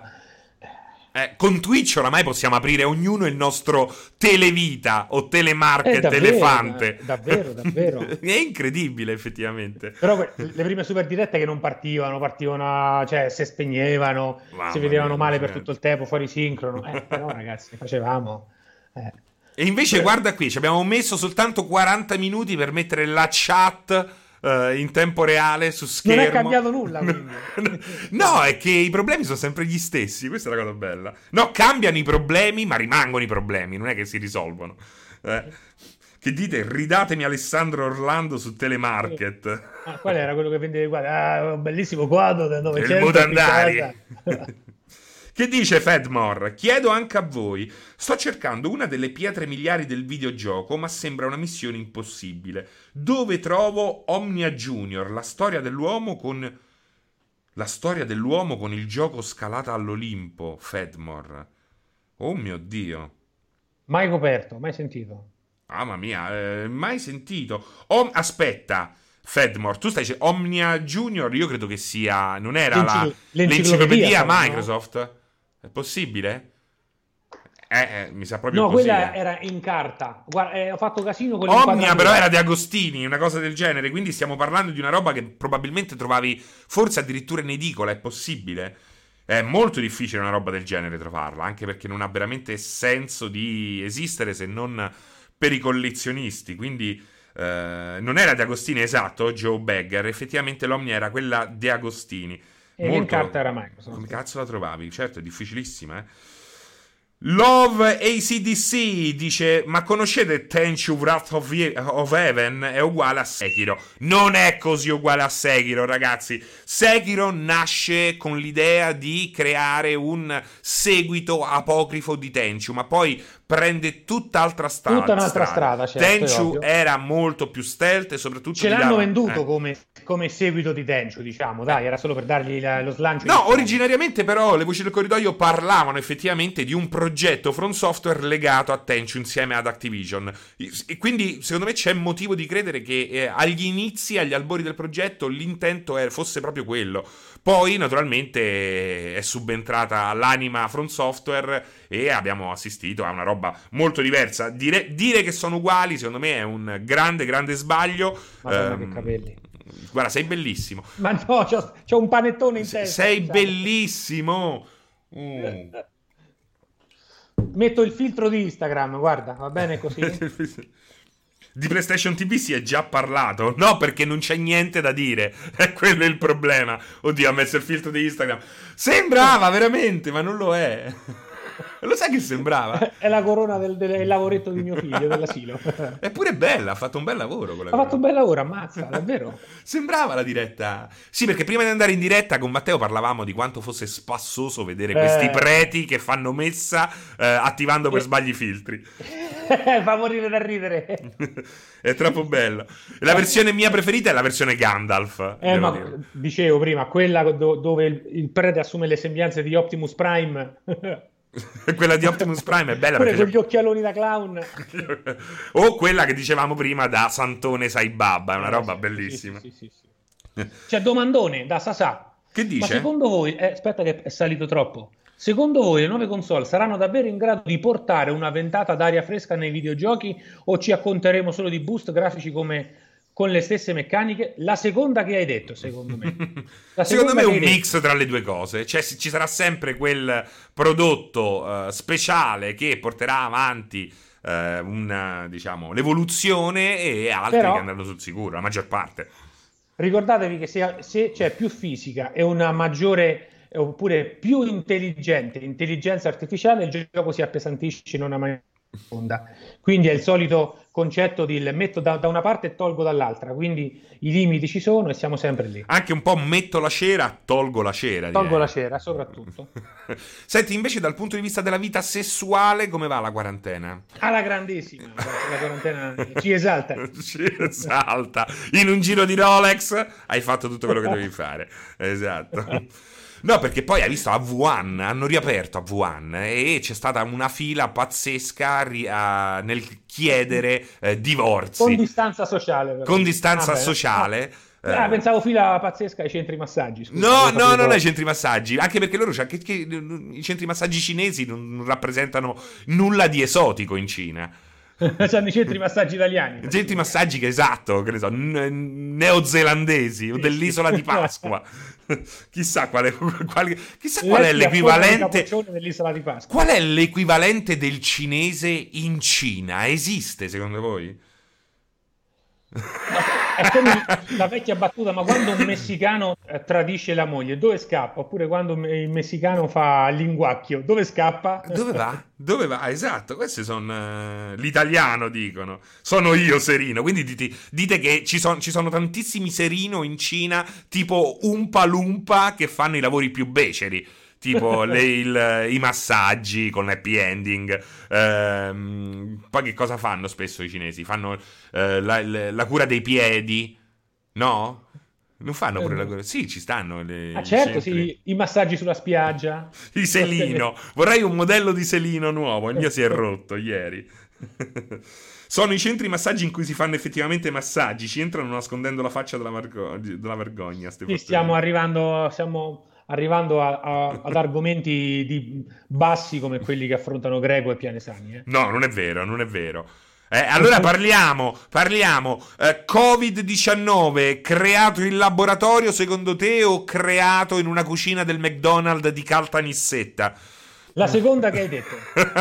Eh, con Twitch oramai possiamo aprire ognuno il nostro televita o È telemarket davvero, elefante. da- davvero, davvero. È incredibile, effettivamente. Però que- le prime super dirette che non partivano, partivano, cioè si spegnevano, Mamma si vedevano mia, male per allucinante. tutto il tempo, fuori sincrono. Eh, però ragazzi, facevamo. eh. E invece guarda qui, ci abbiamo messo soltanto quaranta minuti per mettere la chat eh, in tempo reale su Non schermo. è cambiato nulla, quindi. No, è che i problemi sono sempre gli stessi, questa è la cosa bella. No, cambiano i problemi, ma rimangono i problemi, non è che si risolvono. Eh. Che dite? Ridatemi Alessandro Orlando su Telemarket. Ah, qual era quello che vendeva i quadri? Ah, un bellissimo quadro del Il Novecento. mutandari. appiccato. Che dice Fedmore? Chiedo anche a voi. Sto cercando una delle pietre miliari del videogioco, ma sembra una missione impossibile. Dove trovo Omnia Junior, la storia dell'uomo con... La storia dell'uomo con il gioco scalata all'Olimpo, Fedmore. Oh mio Dio. Mai coperto, mai sentito. Mamma mia, eh, mai sentito. Om- aspetta, Fedmore, tu stai dicendo Omnia Junior? Io credo che sia. Non era la, L'enciclo- l'enciclopedia l'enciclopedia, Microsoft? È possibile? Eh, eh, mi sa proprio No, così. quella eh. era in carta. Guarda, eh, ho fatto casino con Omnia l'inquadratura. però era di Agostini, una cosa del genere, quindi stiamo parlando di una roba che probabilmente trovavi forse addirittura in edicola, è possibile? È molto difficile una roba del genere trovarla, anche perché non ha veramente senso di esistere se non per i collezionisti, quindi eh, non era di Agostini, esatto, Joe Bagger, effettivamente l'Omnia era quella di Agostini. E in carta era Microsoft. Come cazzo la trovavi? Certo, è difficilissima, eh. Love A C D C dice: ma conoscete Tenchu Wrath of, Ye- of Heaven? È uguale a Sekiro. Non è così uguale a Sekiro, ragazzi. Sekiro nasce con l'idea di creare un seguito apocrifo di Tenchu, ma poi prende tutt'altra strada. Tutta un'altra strada, certo, è Tenchu ovvio. era molto più stealth e soprattutto Ce gli l'hanno dava- venduto eh. come, come seguito di Tenchu, diciamo, dai, era solo per dargli la- lo slancio. No, iniziale. originariamente però le voci del corridoio parlavano effettivamente di un progetto From Software legato a Tenchu insieme ad Activision. E quindi secondo me c'è motivo di credere che eh, agli inizi, agli albori del progetto, l'intento era- fosse proprio quello. Poi naturalmente è subentrata l'anima From Software e abbiamo assistito a una roba molto diversa. Dire, dire che sono uguali secondo me è un grande grande sbaglio. Madonna, Ehm, che capelli. Guarda, sei bellissimo. Ma no, c'ho, c'ho un panettone in Se- testa. sei scusate. bellissimo. Mm. Metto il filtro di Instagram, guarda, va bene così? Di PlayStation T V si è già parlato. No, perché non c'è niente da dire. È quello il problema. Oddio, ha messo il filtro di Instagram. Sembrava veramente, ma non lo è. Lo sai che sembrava? È la corona del, del lavoretto di mio figlio dell'asilo. È pure bella, ha fatto un bel lavoro con la Ha fatto un bel lavoro, ammazza, davvero. Sembrava la diretta. Sì, perché prima di andare in diretta con Matteo parlavamo di quanto fosse spassoso vedere questi Eh. preti che fanno messa eh, attivando per sbagli i filtri. Fa morire da ridere. È troppo bello. La versione mia preferita è la versione Gandalf. Eh, devo ma dire. dicevo prima, quella do- dove il, il prete assume le sembianze di Optimus Prime. Quella di Optimus Prime è bella pure perché con gli occhialoni da clown. o quella che dicevamo prima da Santone Saibaba, è una Eh, roba sì, bellissima. sì, sì, sì, sì. C'è domandone da Sasà. Che Ma dice? secondo voi, eh, aspetta che è salito troppo, secondo voi le nuove console saranno davvero in grado di portare una ventata d'aria fresca nei videogiochi o ci acconteremo solo di boost grafici come con le stesse meccaniche? La seconda che hai detto, secondo me. La Secondo me è seconda un che hai mix tra le due cose, cioè ci sarà sempre quel prodotto eh, speciale che porterà avanti eh, una, diciamo, l'evoluzione e altri Però- che andranno sul sicuro, la maggior parte. Ricordatevi che se, se c'è più fisica e una maggiore eh, oppure più intelligente intelligenza artificiale, il gioco si appesantisce in una maniera profonda. Quindi è il solito concetto di il metto da, da una parte e tolgo dall'altra. Quindi i limiti ci sono e siamo sempre lì. Anche un po' metto la cera, tolgo la cera. Tolgo direi. la cera, soprattutto. Senti, invece dal punto di vista della vita sessuale, come va la quarantena? Alla grandissima, la quarantena ci esalta. Ci esalta. In un giro di Rolex hai fatto tutto quello che dovevi fare. Esatto. No, perché poi hai visto a Wuhan, hanno riaperto a Wuhan e c'è stata una fila pazzesca ri- a- nel chiedere eh, divorzi. Con distanza sociale. però. Con distanza Ah, beh. sociale. Ah, ah, pensavo fila pazzesca ai centri massaggi. Scusa, No, avevo no, capito- non ai centri massaggi, anche perché loro c'è che, che i centri massaggi cinesi non non rappresentano nulla di esotico in Cina. C'hanno i centri massaggi italiani. Centri massaggi che esatto, che ne so, n- neozelandesi o dell'isola di Pasqua. Chissà quale, quale- chissà qual è Letti l'equivalente. affondano il capoccione dell'isola di Pasqua. Qual è l'equivalente del cinese in Cina? Esiste secondo voi? È come la vecchia battuta, ma quando un messicano eh, tradisce la moglie, dove scappa? Oppure quando un- il messicano fa linguacchio, dove scappa? Dove va? Dove va? Esatto, questi sono l'italiano, dicono. Sono io Serino, quindi dite, dite che ci, son- ci sono tantissimi Serino in Cina, tipo Umpa Lumpa, che fanno i lavori più beceri. Tipo le- il- i massaggi con l'happy ending. Ehm, poi che cosa fanno spesso i cinesi? Fanno eh, la, la- la cura dei piedi? No? Non fanno pure la cura? Sì, ci stanno le, Ah, i certo, centri. sì, i massaggi sulla spiaggia. Il selino. Vorrei un modello di selino nuovo. Il mio si è rotto ieri. Sono i centri massaggi in cui si fanno effettivamente massaggi. Ci entrano nascondendo la faccia della, vergo- della vergogna. ste Sì, fattori. stiamo arrivando, stiamo arrivando a- a- ad argomenti di bassi come quelli che affrontano Greco e Pianesani. Eh. No, non è vero, non è vero. Eh, allora parliamo, parliamo. Eh, covid diciannove creato in laboratorio secondo te o creato in una cucina del McDonald's di Caltanissetta? La seconda che hai detto.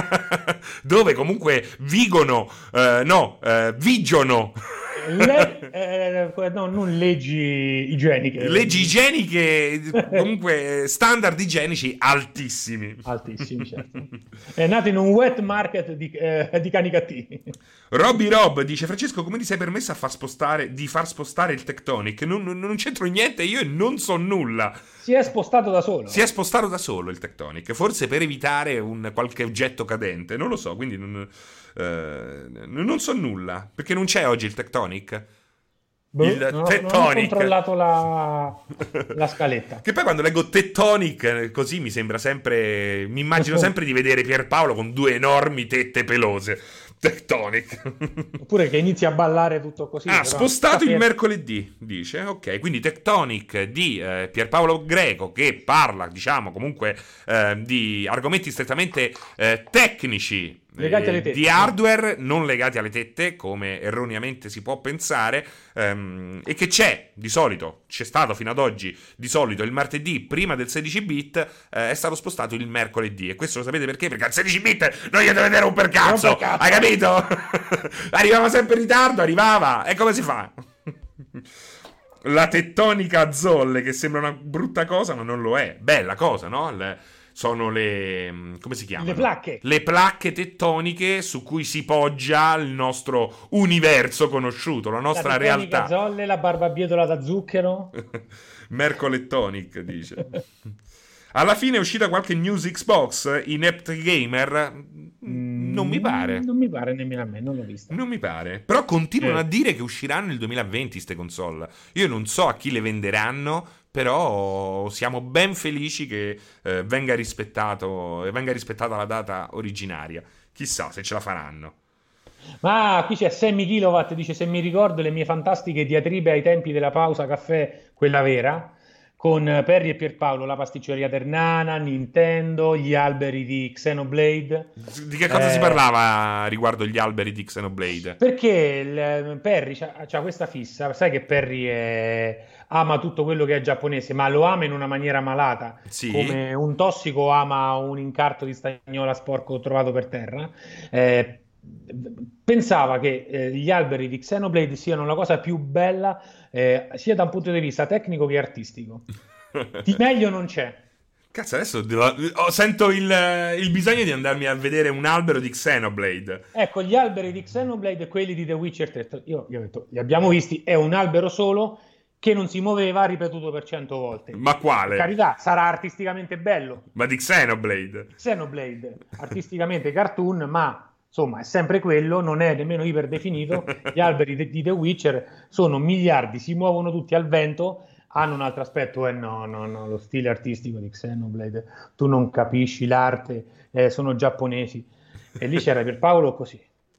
Dove comunque vigono, eh, no, eh, vigiono Le- eh, no, non leggi igieniche. leggi igieniche, comunque standard igienici altissimi. Altissimi, certo. È nato in un wet market di, eh, di cani cattivi. Robby Rob dice: Francesco, come ti sei permesso a far spostare, di far spostare il Tectonic? Non, non- non c'entro niente, io non so nulla. Si è spostato da solo. Si è spostato da solo il Tectonic, forse per evitare un, qualche oggetto cadente, non lo so, quindi non, eh, non so nulla, perché non c'è oggi il Tectonic. Boh, il non, ho, non ho Tectonic. controllato la, la scaletta. Che poi quando leggo Tectonic, eh, così mi sembra sempre, mi immagino sempre di vedere Pierpaolo con due enormi tette pelose. Tectonic. Oppure che inizi a ballare tutto così. Ah, però- spostato il Sta mercoledì, dice. Ok, quindi Tectonic di eh, Pierpaolo Greco, che parla, diciamo, comunque eh, di argomenti strettamente eh, tecnici, Legati eh, alle tette, di no? hardware, non legati alle tette, come erroneamente si può pensare, ehm, e che c'è, di solito, c'è stato fino ad oggi, di solito il martedì prima del sedici bit, eh, è stato spostato il mercoledì. E questo lo sapete perché? Perché al sedici bit non gli dovete romper cazzo, Romper cazzo. hai capito? Arrivava sempre in ritardo, arrivava, e come si fa? La tettonica a zolle, che sembra una brutta cosa, ma non lo è. Bella cosa, no? Le- sono le... come si chiamano? Le placche. Le placche tettoniche su cui si poggia il nostro universo conosciuto, la nostra La tettonica realtà. zolle, la barbabietola da zucchero. Mercolettonic, dice. Alla fine è uscita qualche news Xbox in Epic Gamer? Non mi pare. Non mi pare nemmeno a me, non l'ho vista. Non mi pare. Però continuano Eh. a dire che usciranno nel duemilaventi ste console. Io non so a chi le venderanno, però siamo ben felici che eh, venga rispettato venga rispettata la data originaria. Chissà se ce la faranno. Ma qui c'è Sammy Kilowatt, dice se mi ricordo le mie fantastiche diatribe ai tempi della pausa caffè, quella vera, con Perry e Pierpaolo, la pasticceria Ternana, Nintendo, gli alberi di Xenoblade. Di che cosa Eh, si parlava riguardo gli alberi di Xenoblade? Perché il, Perry c'ha, c'ha questa fissa, sai che Perry è- ama tutto quello che è giapponese, ma lo ama in una maniera malata, Sì? come un tossico ama un incarto di stagnola sporco trovato per terra. Eh, Pensava che eh, gli alberi di Xenoblade siano la cosa più bella, eh, sia da un punto di vista tecnico che artistico. Di meglio non c'è. Cazzo, adesso devo- oh, sento il, il bisogno di andarmi a vedere un albero di Xenoblade. Ecco, gli alberi di Xenoblade e quelli di The Witcher tre, io, io ho detto, li abbiamo visti, è un albero solo che non si muoveva, ripetuto per cento volte. Ma Per quale? carità, sarà artisticamente bello, Ma di Xenoblade. Xenoblade, artisticamente cartoon, ma insomma è sempre quello, non è nemmeno iperdefinito. Gli alberi de- di The Witcher sono miliardi, si muovono tutti al vento, hanno un altro aspetto, eh no, no, no, lo stile artistico di Xenoblade, tu non capisci l'arte, eh, sono giapponesi. E lì c'era Pierpaolo così.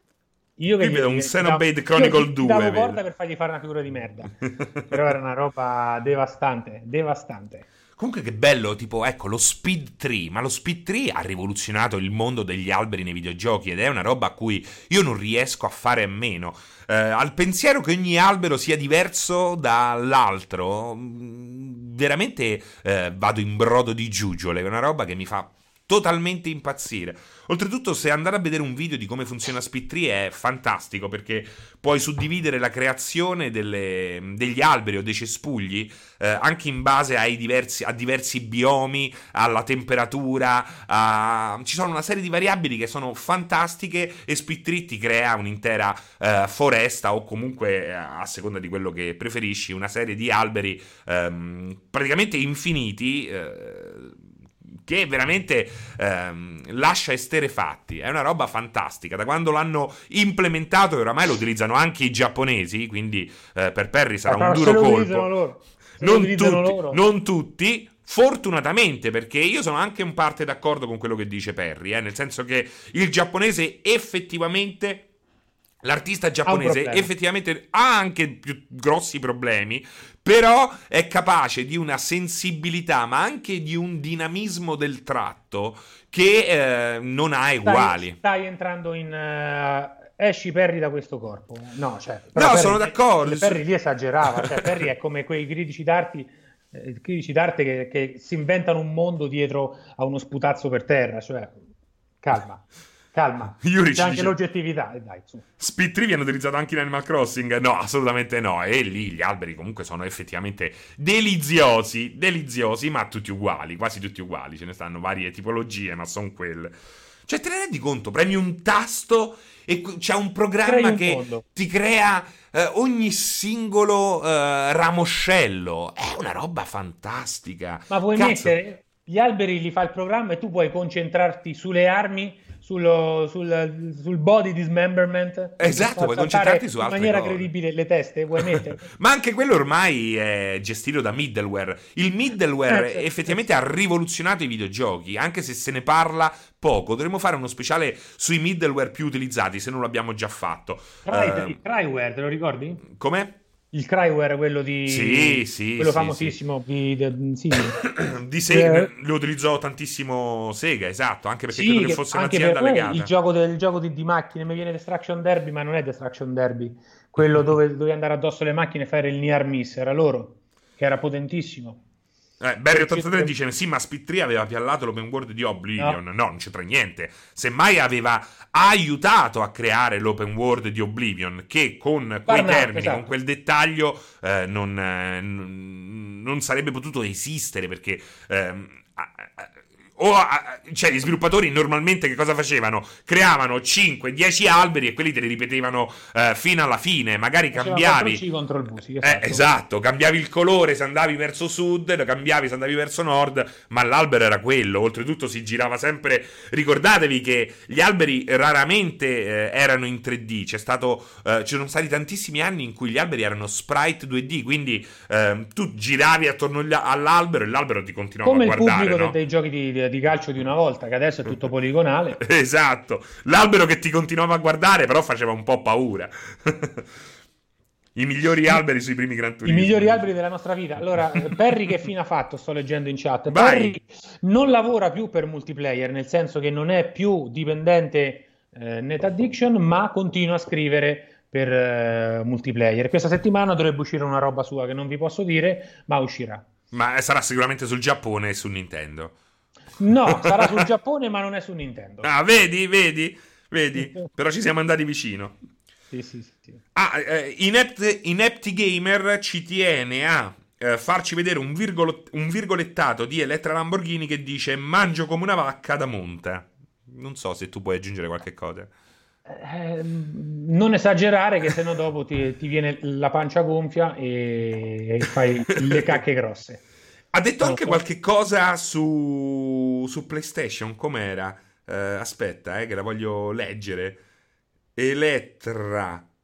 Io che Qui gli, vedo un gli davo, Xenoblade io Chronicle gli due, davo vedo. corda per fargli fare una figura di merda, però era una roba devastante, devastante. Comunque che bello, tipo, ecco, lo Speed Tree, ma lo Speed Tree ha rivoluzionato il mondo degli alberi nei videogiochi ed è una roba a cui io non riesco a fare a meno. Eh, al pensiero che ogni albero sia diverso dall'altro, mh, veramente eh, vado in brodo di giuggiole, è una roba che mi fa totalmente impazzire. Oltretutto, se andare a vedere un video di come funziona Speed Tree è fantastico, perché puoi suddividere la creazione delle- degli alberi o dei cespugli eh, anche in base ai diversi, a diversi biomi, alla temperatura, a- ci sono una serie di variabili che sono fantastiche e Speed Tree ti crea un'intera eh, foresta o comunque, eh, a seconda di quello che preferisci, una serie di alberi ehm, praticamente infiniti, eh, che veramente ehm, lascia esterefatti. È una roba fantastica. Da quando l'hanno implementato, e oramai lo utilizzano anche i giapponesi, quindi eh, per Perry sarà Eh, un però se duro lo colpo. utilizzano loro, se lo Non utilizzano tutti, loro. non tutti. Fortunatamente, perché io sono anche in parte d'accordo con quello che dice Perry, eh, nel senso che il giapponese effettivamente, l'artista Ha un giapponese problema. effettivamente ha anche più grossi problemi, però è capace di una sensibilità, ma anche di un dinamismo del tratto che eh, non ha Stai, uguali. stai entrando in... eh, esci Perry da questo corpo. No, cioè, però No, Perry, sono d'accordo. Perry lì esagerava. Cioè, Perry è come quei critici d'arte, eh, critici d'arte che, che si inventano un mondo dietro a uno sputazzo per terra. Cioè, calma, calma. Yuri C'è ci anche dice: l'oggettività. eh, Dai, su. Speed Tree viene utilizzato anche in Animal Crossing? No, assolutamente no. E lì gli alberi comunque sono effettivamente deliziosi, deliziosi, ma tutti uguali, quasi tutti uguali. Ce ne stanno varie tipologie, ma sono quelle. Cioè, te ne rendi conto? Premi un tasto e qu- c'è un Crei programma un che mondo. ti crea eh, ogni singolo eh, ramoscello. È una roba fantastica. Ma vuoi Cazzo. mettere gli alberi, li fa il programma e tu puoi concentrarti sulle armi, sullo- sul, sul body dismemberment, Esatto, far puoi saltare concentrarti su in altre maniera cose. credibile le teste, vuoi mettere? Ma anche quello ormai è gestito da middleware. Il middleware Eh, certo, effettivamente eh, ha rivoluzionato i videogiochi, anche se se ne parla poco. Dovremmo fare uno speciale sui middleware più utilizzati, se non l'abbiamo già fatto. Cry- Eh, il Cryware, te lo ricordi? com'è? Il Cryware, quello di... Sì, sì, quello sì, famosissimo di... di- sì. Di Sega, Eh, lo utilizzò tantissimo Sega, esatto, anche perché sì, credo che che fosse anche un'azienda per me legata. il gioco, del, il gioco di, di macchine mi viene Destruction Derby, ma non è Destruction Derby, quello dove dovevi andare addosso alle macchine e fare il near miss, era loro, che era potentissimo. Eh, Barry ottantatré dice: sì, ma Speed Tree aveva piallato l'open world di Oblivion. No. No, non c'entra niente. Semmai aveva aiutato a creare l'open world di Oblivion, che con quei Burnout, termini, esatto. con quel dettaglio, eh, non, eh, non- non sarebbe potuto esistere, perché ehm, a- a- o a, cioè gli sviluppatori normalmente che cosa facevano? Creavano cinque dieci alberi e quelli te li ripetevano uh, fino alla fine, magari Faceva cambiavi C contro il busi, esatto. Eh, esatto, cambiavi il colore se andavi verso sud, lo cambiavi se andavi verso nord, ma l'albero era quello, oltretutto si girava sempre, ricordatevi che gli alberi raramente eh, erano in tre D, c'è stato eh, ci sono stati tantissimi anni in cui gli alberi erano sprite due D, quindi eh, tu giravi attorno all'albero e l'albero ti continuava come a guardare, il pubblico no? dei giochi di, di calcio di una volta, che adesso è tutto poligonale. Esatto, l'albero che ti continuava a guardare però faceva un po' paura. I migliori alberi sui primi Gran Turismo. I migliori alberi della nostra vita. Allora, Perry che fine ha fatto? Sto leggendo in chat. Vai. Perry non lavora più per multiplayer, nel senso che non è più dipendente eh, Net Addiction, ma continua a scrivere per eh, multiplayer. Questa settimana dovrebbe uscire una roba sua che non vi posso dire, ma uscirà. Ma sarà sicuramente sul Giappone e su Nintendo. No, sarà sul Giappone, ma non è su Nintendo. Ah, vedi, vedi, vedi. Però ci siamo andati vicino. Sì, sì, sì. Ah, eh, Inept, Inepti Gamer ci tiene a eh, farci vedere un, virgolo, un virgolettato di Elettra Lamborghini che dice mangio come una vacca da monte. Non so se tu puoi aggiungere qualche cosa. Eh, non esagerare, che sennò dopo ti, ti viene la pancia gonfia e, e fai le cacche grosse. Ha detto Non anche so. qualche cosa su, su PlayStation, com'era? Eh, aspetta, eh, che la voglio leggere. Elettra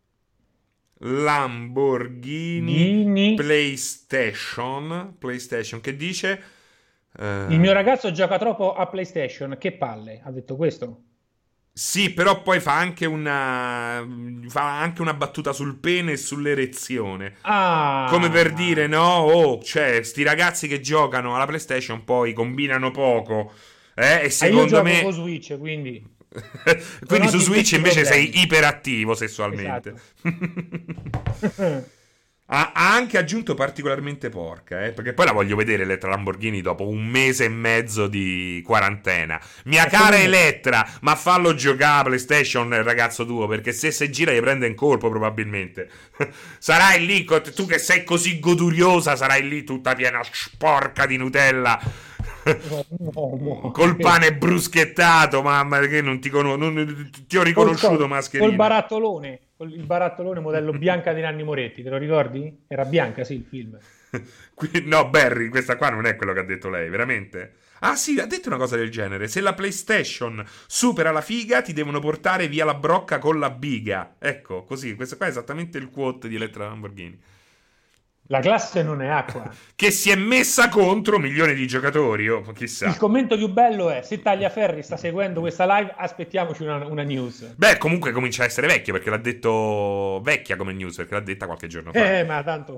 Lamborghini Ghini. PlayStation PlayStation che dice eh, Il mio ragazzo gioca troppo a PlayStation, che palle, ha detto questo. sì, però poi fa anche una fa anche una battuta sul pene e sull'erezione, Ah, come per dire no, oh, cioè sti ragazzi che giocano alla PlayStation poi combinano poco, eh, e e secondo io me gioco con Switch, quindi quindi non su ti Switch metti invece problemi. sei iperattivo sessualmente. Esatto. Ha, ha anche aggiunto particolarmente porca, eh, perché poi la voglio vedere Elettra Lamborghini dopo un mese e mezzo di quarantena. Mia E cara come- Elettra, ma fallo giocare a PlayStation il ragazzo tuo, perché se si gira gli prende in colpo probabilmente. Sarai lì, co- tu che sei così goduriosa, sarai lì tutta piena sporca di Nutella. No, no, no. Col pane bruschettato, mamma, che non ti conosco, non, ti ho riconosciuto, Col- mascherina. Col barattolone, col il barattolone modello Bianca di Nanni Moretti, te lo ricordi? Era Bianca, sì, il film. Qui- No, Barry, questa qua non è quello che ha detto lei, veramente? Ah sì, ha detto una cosa del genere. Se la PlayStation supera la figa, ti devono portare via la brocca con la biga. Ecco, così, questo qua è esattamente il quote di Elettra Lamborghini. La classe non è acqua. Che si è messa contro milioni di giocatori, oh, Il chissà. commento più bello è: se Tagliaferri sta seguendo questa live, aspettiamoci una, una news. Beh, comunque comincia a essere vecchia, perché l'ha detto vecchia come news, perché l'ha detta qualche giorno fa. Eh, ma tanto.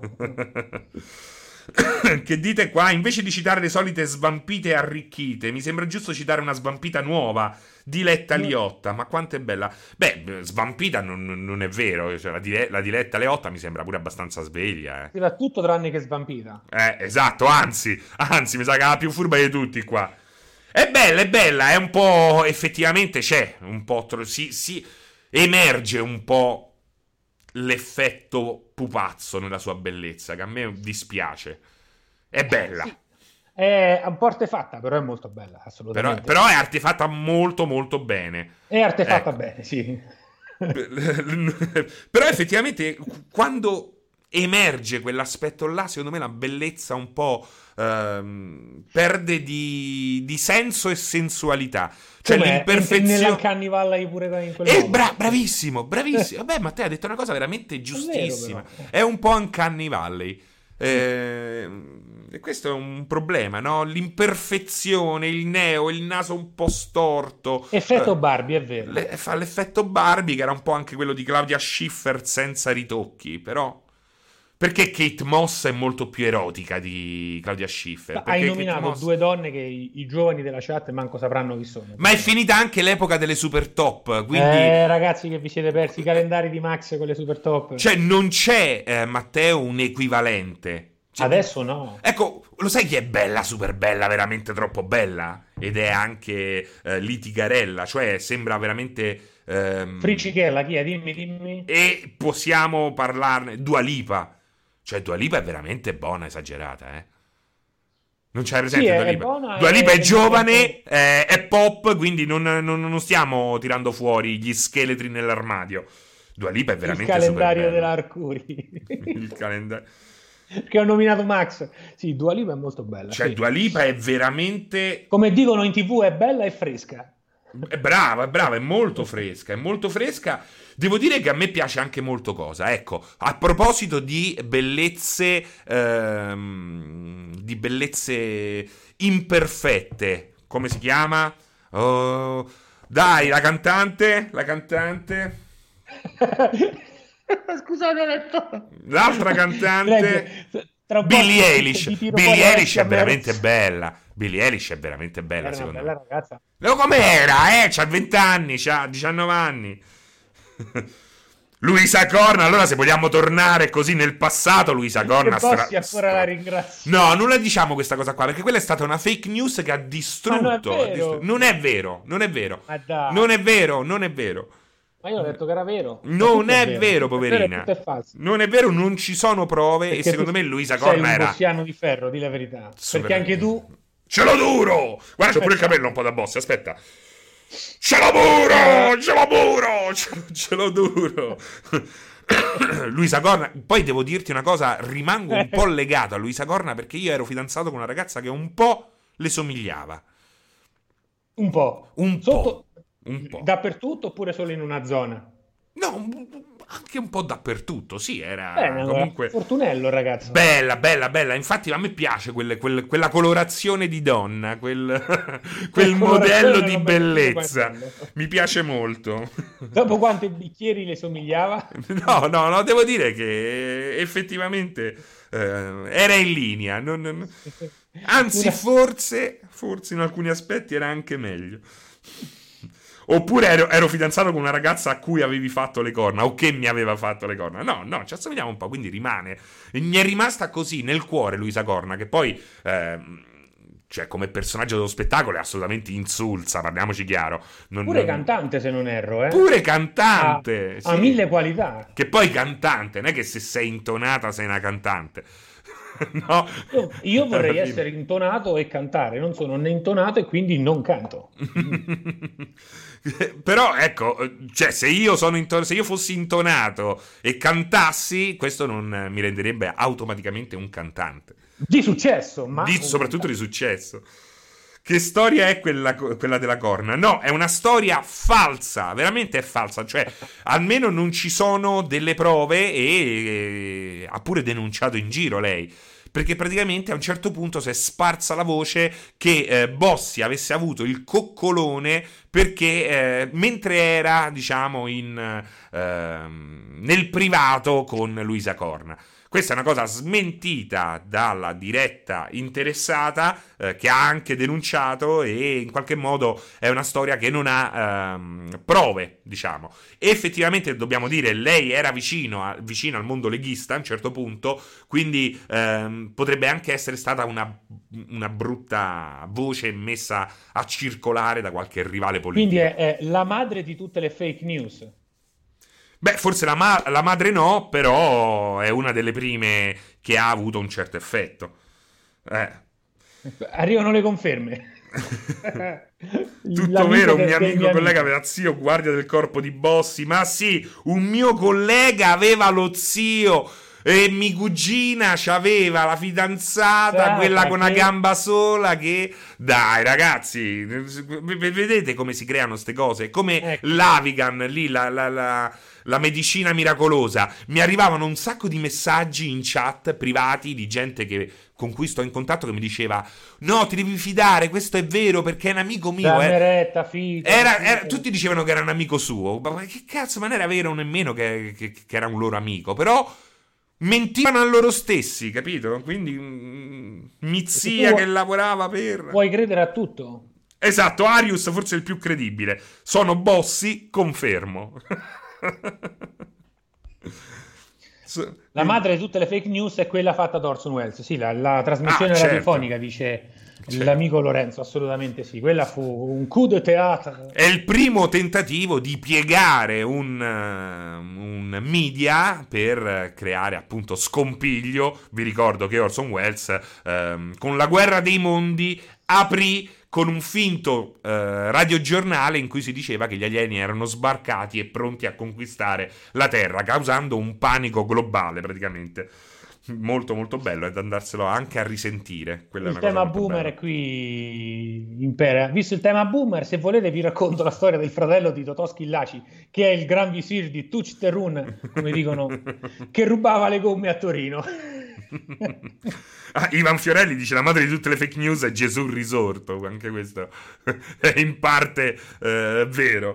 Che dite qua? Invece di citare le solite svampite arricchite, mi sembra giusto citare una svampita nuova, Diletta Liotta. Ma quanto è bella! Beh, svampita non, non è vero, cioè, la, Dile- la Diletta Leotta mi sembra pure abbastanza sveglia. Eh, Si fa tutto tranne che svampita. eh esatto, anzi, anzi, mi sa che è la più furba di tutti qua. È bella, è bella, è un po'... effettivamente c'è un po'... tro- si, si emerge un po' l'effetto pupazzo nella sua bellezza, che a me dispiace. È bella, È un po' artefatta, però è molto bella, però, assolutamente. però è artefatta molto molto bene. È artefatta Ecco. bene, sì. Però effettivamente quando emerge quell'aspetto là, secondo me la bellezza un po' ehm, perde di, di senso e sensualità. Cioè Com'è? l'imperfezione... Nell'Uncanny Valley pure in quel Eh, modo. bra- bravissimo, bravissimo. Beh, Matteo ha detto una cosa veramente giustissima. vero, però. È un po' Uncanny Valley. Eh, e questo è un problema, no? L'imperfezione, il neo, il naso un po' storto. Effetto Eh, Barbie, è vero. le- fa l'effetto Barbie, che era un po' anche quello di Claudia Schiffer senza ritocchi, però... Perché Kate Moss è molto più erotica di Claudia Schiffer? Hai Perché Kate nominato Moss- due donne che i, i giovani della chat manco sapranno chi sono. Ma è finita anche l'epoca delle super top, quindi... Eh, ragazzi, che vi siete persi i calendari di Max con le super top. Cioè, non c'è, eh, Matteo, un equivalente. Cioè, Adesso no. ecco, lo sai chi è bella, super bella, veramente troppo bella? Ed è anche eh, Litigarella, cioè sembra veramente... ehm, Friccichella, chi è? Dimmi, dimmi. E possiamo parlarne... Dua Lipa. Cioè, Dua Lipa è veramente buona, esagerata, eh. Non c'hai Sì, presente è, Dua è Lipa? buona Dua Lipa e è nel contempo giovane, eh, è pop, quindi non, non- non stiamo tirando fuori gli scheletri nell'armadio. Dua Lipa è il veramente super calendario bella. dell'Arcuri. Il calendario. Perché ho nominato Max. Sì, Dua Lipa è molto bella, Cioè, sì. Dua Lipa è veramente. Come dicono in T V, è bella e fresca. È brava, è brava, è molto fresca, è molto fresca. Devo dire che a me piace anche molto cosa. Ecco, a proposito di bellezze, ehm, di bellezze imperfette, come si chiama? Oh, dai, la cantante, la cantante, Scusate, ho detto. l'altra cantante, Greg, tra un po' Billie ti, ti- Eilish. ti tiro fuori Billie Eilish è Alessia veramente Merz. bella. Billie Eilish è veramente bella, Era una secondo bella me. ragazza. No, com'era, eh? C'ha venti anni, c'ha diciannove anni. Luisa Corna, allora se vogliamo tornare così nel passato, Luisa Che Corna stra... Bossi ancora la stra- ringrazio. No, non la diciamo questa cosa qua, perché quella è stata una fake news che ha Ma non è distrutto. ha distru- vero. Non è vero, non è vero. Ma dai. Non è vero, non è vero. Ma io ho detto che era vero. Ma Non tutto è è vero. vero, Tutto è vero e poverina. tutto è falso. Non è vero, non ci sono prove e Perché secondo tu me Luisa sei Corna un era bossiano di ferro, di la verità. super- Perché anche tu... Ce l'ho duro! Guarda, c'ho pure il capello un po' da boss, aspetta. Ce l'ho duro! Ce l'ho duro! Ce l'ho, ce l'ho duro! Luisa Corna, poi devo dirti una cosa, rimango un po' legato a Luisa Corna perché io ero fidanzato con una ragazza che un po' le somigliava. Un po'. Un Sotto... po'. Un po'. Dappertutto oppure solo in una zona? No, un- anche un po' dappertutto, sì, era Bene, allora, comunque Fortunello, ragazzo. bella, bella, bella. Infatti a me piace quelle- quel- quella colorazione di donna, quel, quel Colorazione modello non di l'ho mai sentito bellezza. qualcuno. Mi piace molto. Dopo quanti bicchieri le somigliava? No, no, no, devo dire che effettivamente eh, era in linea. non- non- Anzi, Una- forse, forse in alcuni aspetti era anche meglio. Oppure ero, ero fidanzato con una ragazza a cui avevi fatto le corna, o che mi aveva fatto le corna. No, no, ci assomigliamo un po', quindi rimane. Mi è rimasta così nel cuore Luisa Corna, che poi, ehm, cioè, come personaggio dello spettacolo è assolutamente insulsa, parliamoci chiaro. Non- Pure non- cantante, se non erro, eh? Pure Ha, cantante, ha sì. mille qualità. Che poi cantante, non è che se sei intonata sei una cantante. No. Io, io vorrei Alla fine. essere intonato e cantare, non sono né intonato e quindi non canto. Però ecco, cioè, se io sono into- se io fossi intonato e cantassi, questo non mi renderebbe automaticamente un cantante. Di successo, ma... Di- soprattutto di successo. Che storia è quella, quella della corna? No, è una storia falsa, veramente è falsa. Cioè, almeno non ci sono delle prove e, e ha pure denunciato in giro lei. Perché praticamente a un certo punto si è sparsa la voce che eh, Bossi avesse avuto il coccolone perché eh, mentre era, diciamo, in, ehm, nel privato con Luisa Corna. Questa è una cosa smentita dalla diretta interessata eh, che ha anche denunciato e in qualche modo è una storia che non ha ehm, prove, diciamo. E effettivamente dobbiamo dire, lei era vicino, a, vicino al mondo leghista a un certo punto, quindi ehm, potrebbe anche essere stata una, una brutta voce messa a circolare da qualche rivale politico. Quindi è, è la madre di tutte le fake news. Beh, forse la, ma- la madre no, però è una delle prime che ha avuto un certo effetto. Eh. Arrivano le conferme. Tutto L'amico vero, un del- mio del amico mio collega amico. aveva zio guardia del corpo di Bossi. Ma sì, un mio collega aveva lo zio e mi cugina c'aveva la fidanzata, Ah, quella con una che- gamba sola che... Dai ragazzi, v- v- vedete come si creano ste cose? Come Ecco. l'Avigan, lì, la, la, la, la medicina miracolosa. Mi arrivavano un sacco di messaggi in chat privati di gente che, con cui sto in contatto che mi diceva no, ti devi fidare, questo è vero perché è un amico mio. eh." Cameretta, figa, Era, figa. era- tutti dicevano che era un amico suo, ma che cazzo, ma non era vero nemmeno che, che- che era un loro amico, però mentivano a loro stessi, capito? Quindi mm, mia tu- che lavorava per... Puoi credere a tutto. Esatto, Arius forse è il più credibile. Sono Bossi, confermo. La madre di tutte le fake news è quella fatta da Orson Welles. Sì, la, la trasmissione ah, certo. radiofonica, dice certo. L'amico Lorenzo, assolutamente sì. Quella fu un coup de théâtre. È il primo tentativo di piegare un, uh, un media per creare appunto scompiglio. Vi ricordo che Orson Welles uh, con La guerra dei mondi aprì con un finto eh, radiogiornale in cui si diceva che gli alieni erano sbarcati e pronti a conquistare la Terra, causando un panico globale praticamente. Molto molto bello, è da andarselo anche a risentire. Quella il è una tema cosa boomer bella. è qui impera. Visto il tema boomer, se volete vi racconto la storia del fratello di Totò Schillaci, che è il gran visir di Tuc Terun, come dicono, che rubava le gomme a Torino. Ah, Ivan Fiorelli dice: la madre di tutte le fake news è Gesù risorto. Anche questo è in parte eh, vero.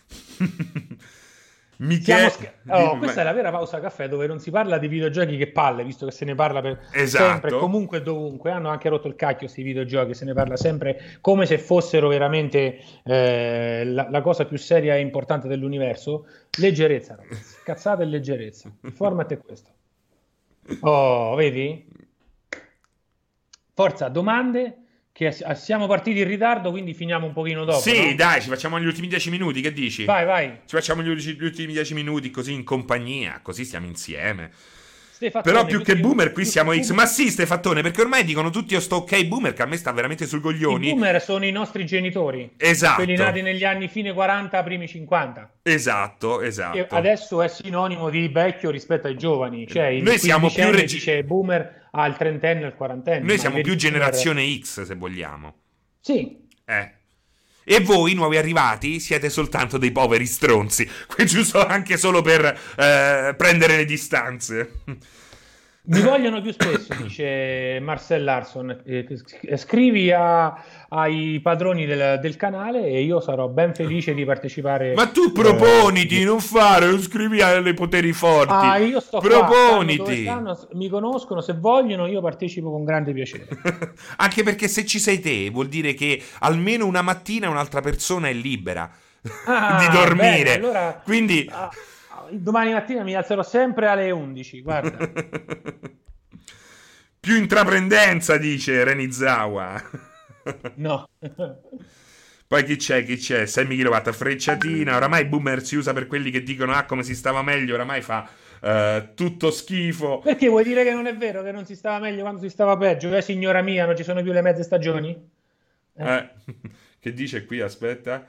Michele... Sc- oh, questa è la vera pausa caffè, dove non si parla di videogiochi, che palle, visto che se ne parla per esatto. sempre, comunque e dovunque. Hanno anche rotto il cacchio questi videogiochi, se ne parla sempre come se fossero veramente eh, la, la cosa più seria e importante dell'universo. Leggerezza, ragazzi, cazzate e leggerezza. Il format è questo. Oh, vedi? Forza, domande, che siamo partiti in ritardo, quindi finiamo un pochino dopo. Sì, no? dai, ci facciamo gli ultimi dieci minuti, che dici? Vai, vai. Ci facciamo gli, gli ultimi dieci minuti così in compagnia, così stiamo insieme. Stefattone, Però più, più che più, boomer qui più siamo più X. boomer. Ma sì, Stefattone, perché ormai dicono tutti io sto ok boomer, che a me sta veramente sul coglioni. I boomer sono i nostri genitori. Esatto. Quelli nati negli anni fine quaranta, primi cinquanta. Esatto, esatto. E adesso è sinonimo di vecchio rispetto ai giovani. Cioè, il Noi siamo più regi- dice boomer al trentenne, al quarantenne. Noi siamo più boomer... generazione X, se vogliamo. Sì. Eh. E voi, nuovi arrivati, siete soltanto dei poveri stronzi. Giusto anche solo per eh, prendere le distanze. Mi vogliono più spesso, dice Marcel Larson. Eh, scrivi a, ai padroni del, del canale e io sarò ben felice di partecipare. Ma tu proponiti, eh, non fare, non scrivi alle poteri forti. Ah, io sto proponiti. Qua, stanno, stanno, mi conoscono, se vogliono io partecipo con grande piacere. Anche perché se ci sei te vuol dire che almeno una mattina un'altra persona è libera ah, di dormire. Bene, allora, quindi... Ah, domani mattina mi alzerò sempre alle undici, guarda. Più intraprendenza, dice Renizawa. No. Poi chi c'è, chi c'è? sei kilowatt, frecciatina. Oramai boomer si usa per quelli che dicono ah come si stava meglio, oramai fa uh, tutto schifo. Perché vuoi dire che non è vero, che non si stava meglio quando si stava peggio? Eh signora mia, non ci sono più le mezze stagioni? Eh. Eh. Che dice qui, aspetta.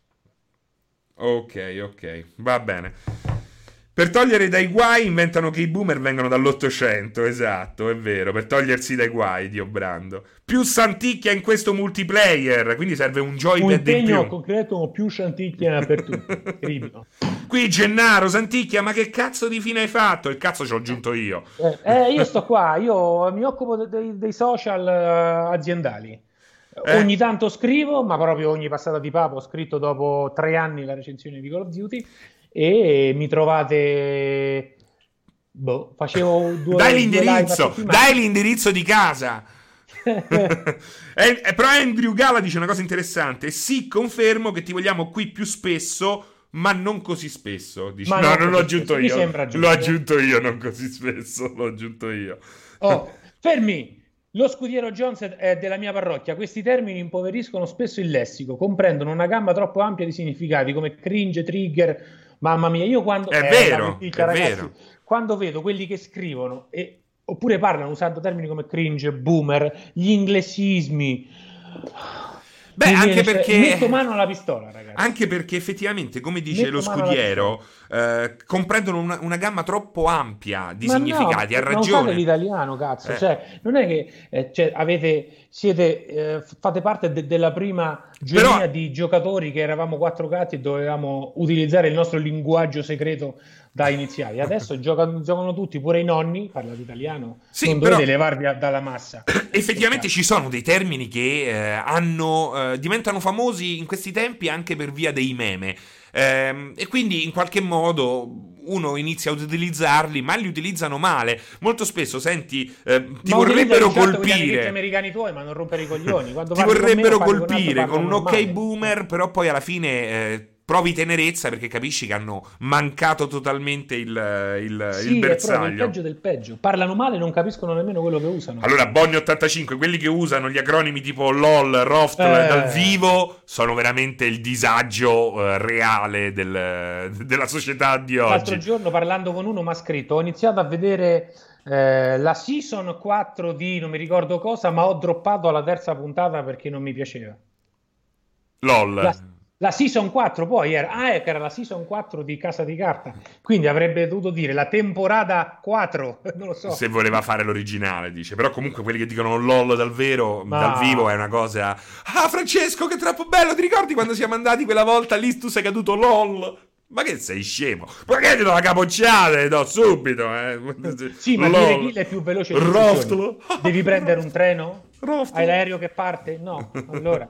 Ok, ok, va bene. Per togliere dai guai inventano che i boomer vengono dall'Ottocento, esatto, è vero, per togliersi dai guai, Dio Brando. Più santicchia in questo multiplayer, quindi serve un joypad in più. Un concreto, più santicchia per tutti. Qui Gennaro, Santicchia, ma che cazzo di fine hai fatto? Il cazzo ci ho aggiunto io. Eh, eh, io sto qua, io mi occupo de- de- dei social uh, aziendali. Eh. Ogni tanto scrivo, ma proprio ogni passata di papo ho scritto dopo tre anni la recensione di Call of Duty. E mi trovate boh, facevo due dai l'indirizzo dai l'indirizzo di casa. e, però Andrew Gala dice una cosa interessante: sì, confermo che ti vogliamo qui più spesso, ma non così spesso. Dice, no, non l'ho aggiunto spesso. io l'ho aggiunto io non così spesso l'ho aggiunto io. Oh, fermi. Lo scudiero Jones è della mia parrocchia. Questi termini impoveriscono spesso il lessico, comprendono una gamma troppo ampia di significati come cringe, trigger. Mamma mia, io quando è eh, vero, vecchia, è ragazzi, vero. Quando vedo quelli che scrivono e, oppure parlano usando termini come cringe, boomer, gli inglesismi, beh, anche perché metto mano alla pistola, ragazzi. Anche perché effettivamente, come dice metto lo scudiero, eh, comprendono una, una gamma troppo ampia di ma significati. No, ha ragione. Ma usate l'italiano, cazzo. Eh. Cioè, non è che eh, cioè, avete, siete, eh, fate parte de- della prima gerarchia Però... di giocatori che eravamo quattro gatti e dovevamo utilizzare il nostro linguaggio segreto da iniziali. Adesso giocano, giocano tutti, pure i nonni, parlate italiano, sì, non dovete però... levarvi dalla massa. Effettivamente ci sono dei termini che eh, hanno eh, diventano famosi in questi tempi anche per via dei meme. Eh, e quindi in qualche modo uno inizia ad utilizzarli, ma li utilizzano male. Molto spesso senti eh, ti ma vorrebbero certo colpire gli americani tuoi, ma non rompere i coglioni. Quando ti vorrebbero con me, colpire con, con un normale. ok boomer, però poi alla fine eh, provi tenerezza perché capisci che hanno mancato totalmente il, il, Sì, il è proprio il bersaglio. peggio del peggio. Parlano male, non capiscono nemmeno quello che usano. Allora, Bonni ottantacinque, quelli che usano gli acronimi tipo LOL, Roftl Eh. dal vivo sono veramente il disagio eh, reale del- della società di L'altro oggi. giorno parlando con uno mi ha scritto: ho iniziato a vedere eh, la season quattro di non mi ricordo cosa, ma ho droppato alla terza puntata perché non mi piaceva. LOL. La, la season quattro poi era, ah, ecco, era la season quattro di Casa di Carta, quindi avrebbe dovuto dire la temporata quattro, non lo so. Se voleva fare l'originale, dice. Però comunque quelli che dicono LOL dal vero, Ma- dal vivo è una cosa... Ah, Francesco, che troppo bello! Ti ricordi quando siamo andati quella volta lì, tu sei caduto LOL? Ma che sei scemo? Perché ti do la capocciata? Ti do subito, eh. Sì, ma LOL. dire kill è più veloce di tutti i Roftl. giorni. Devi prendere un treno? Roftl. Hai l'aereo che parte? No, allora.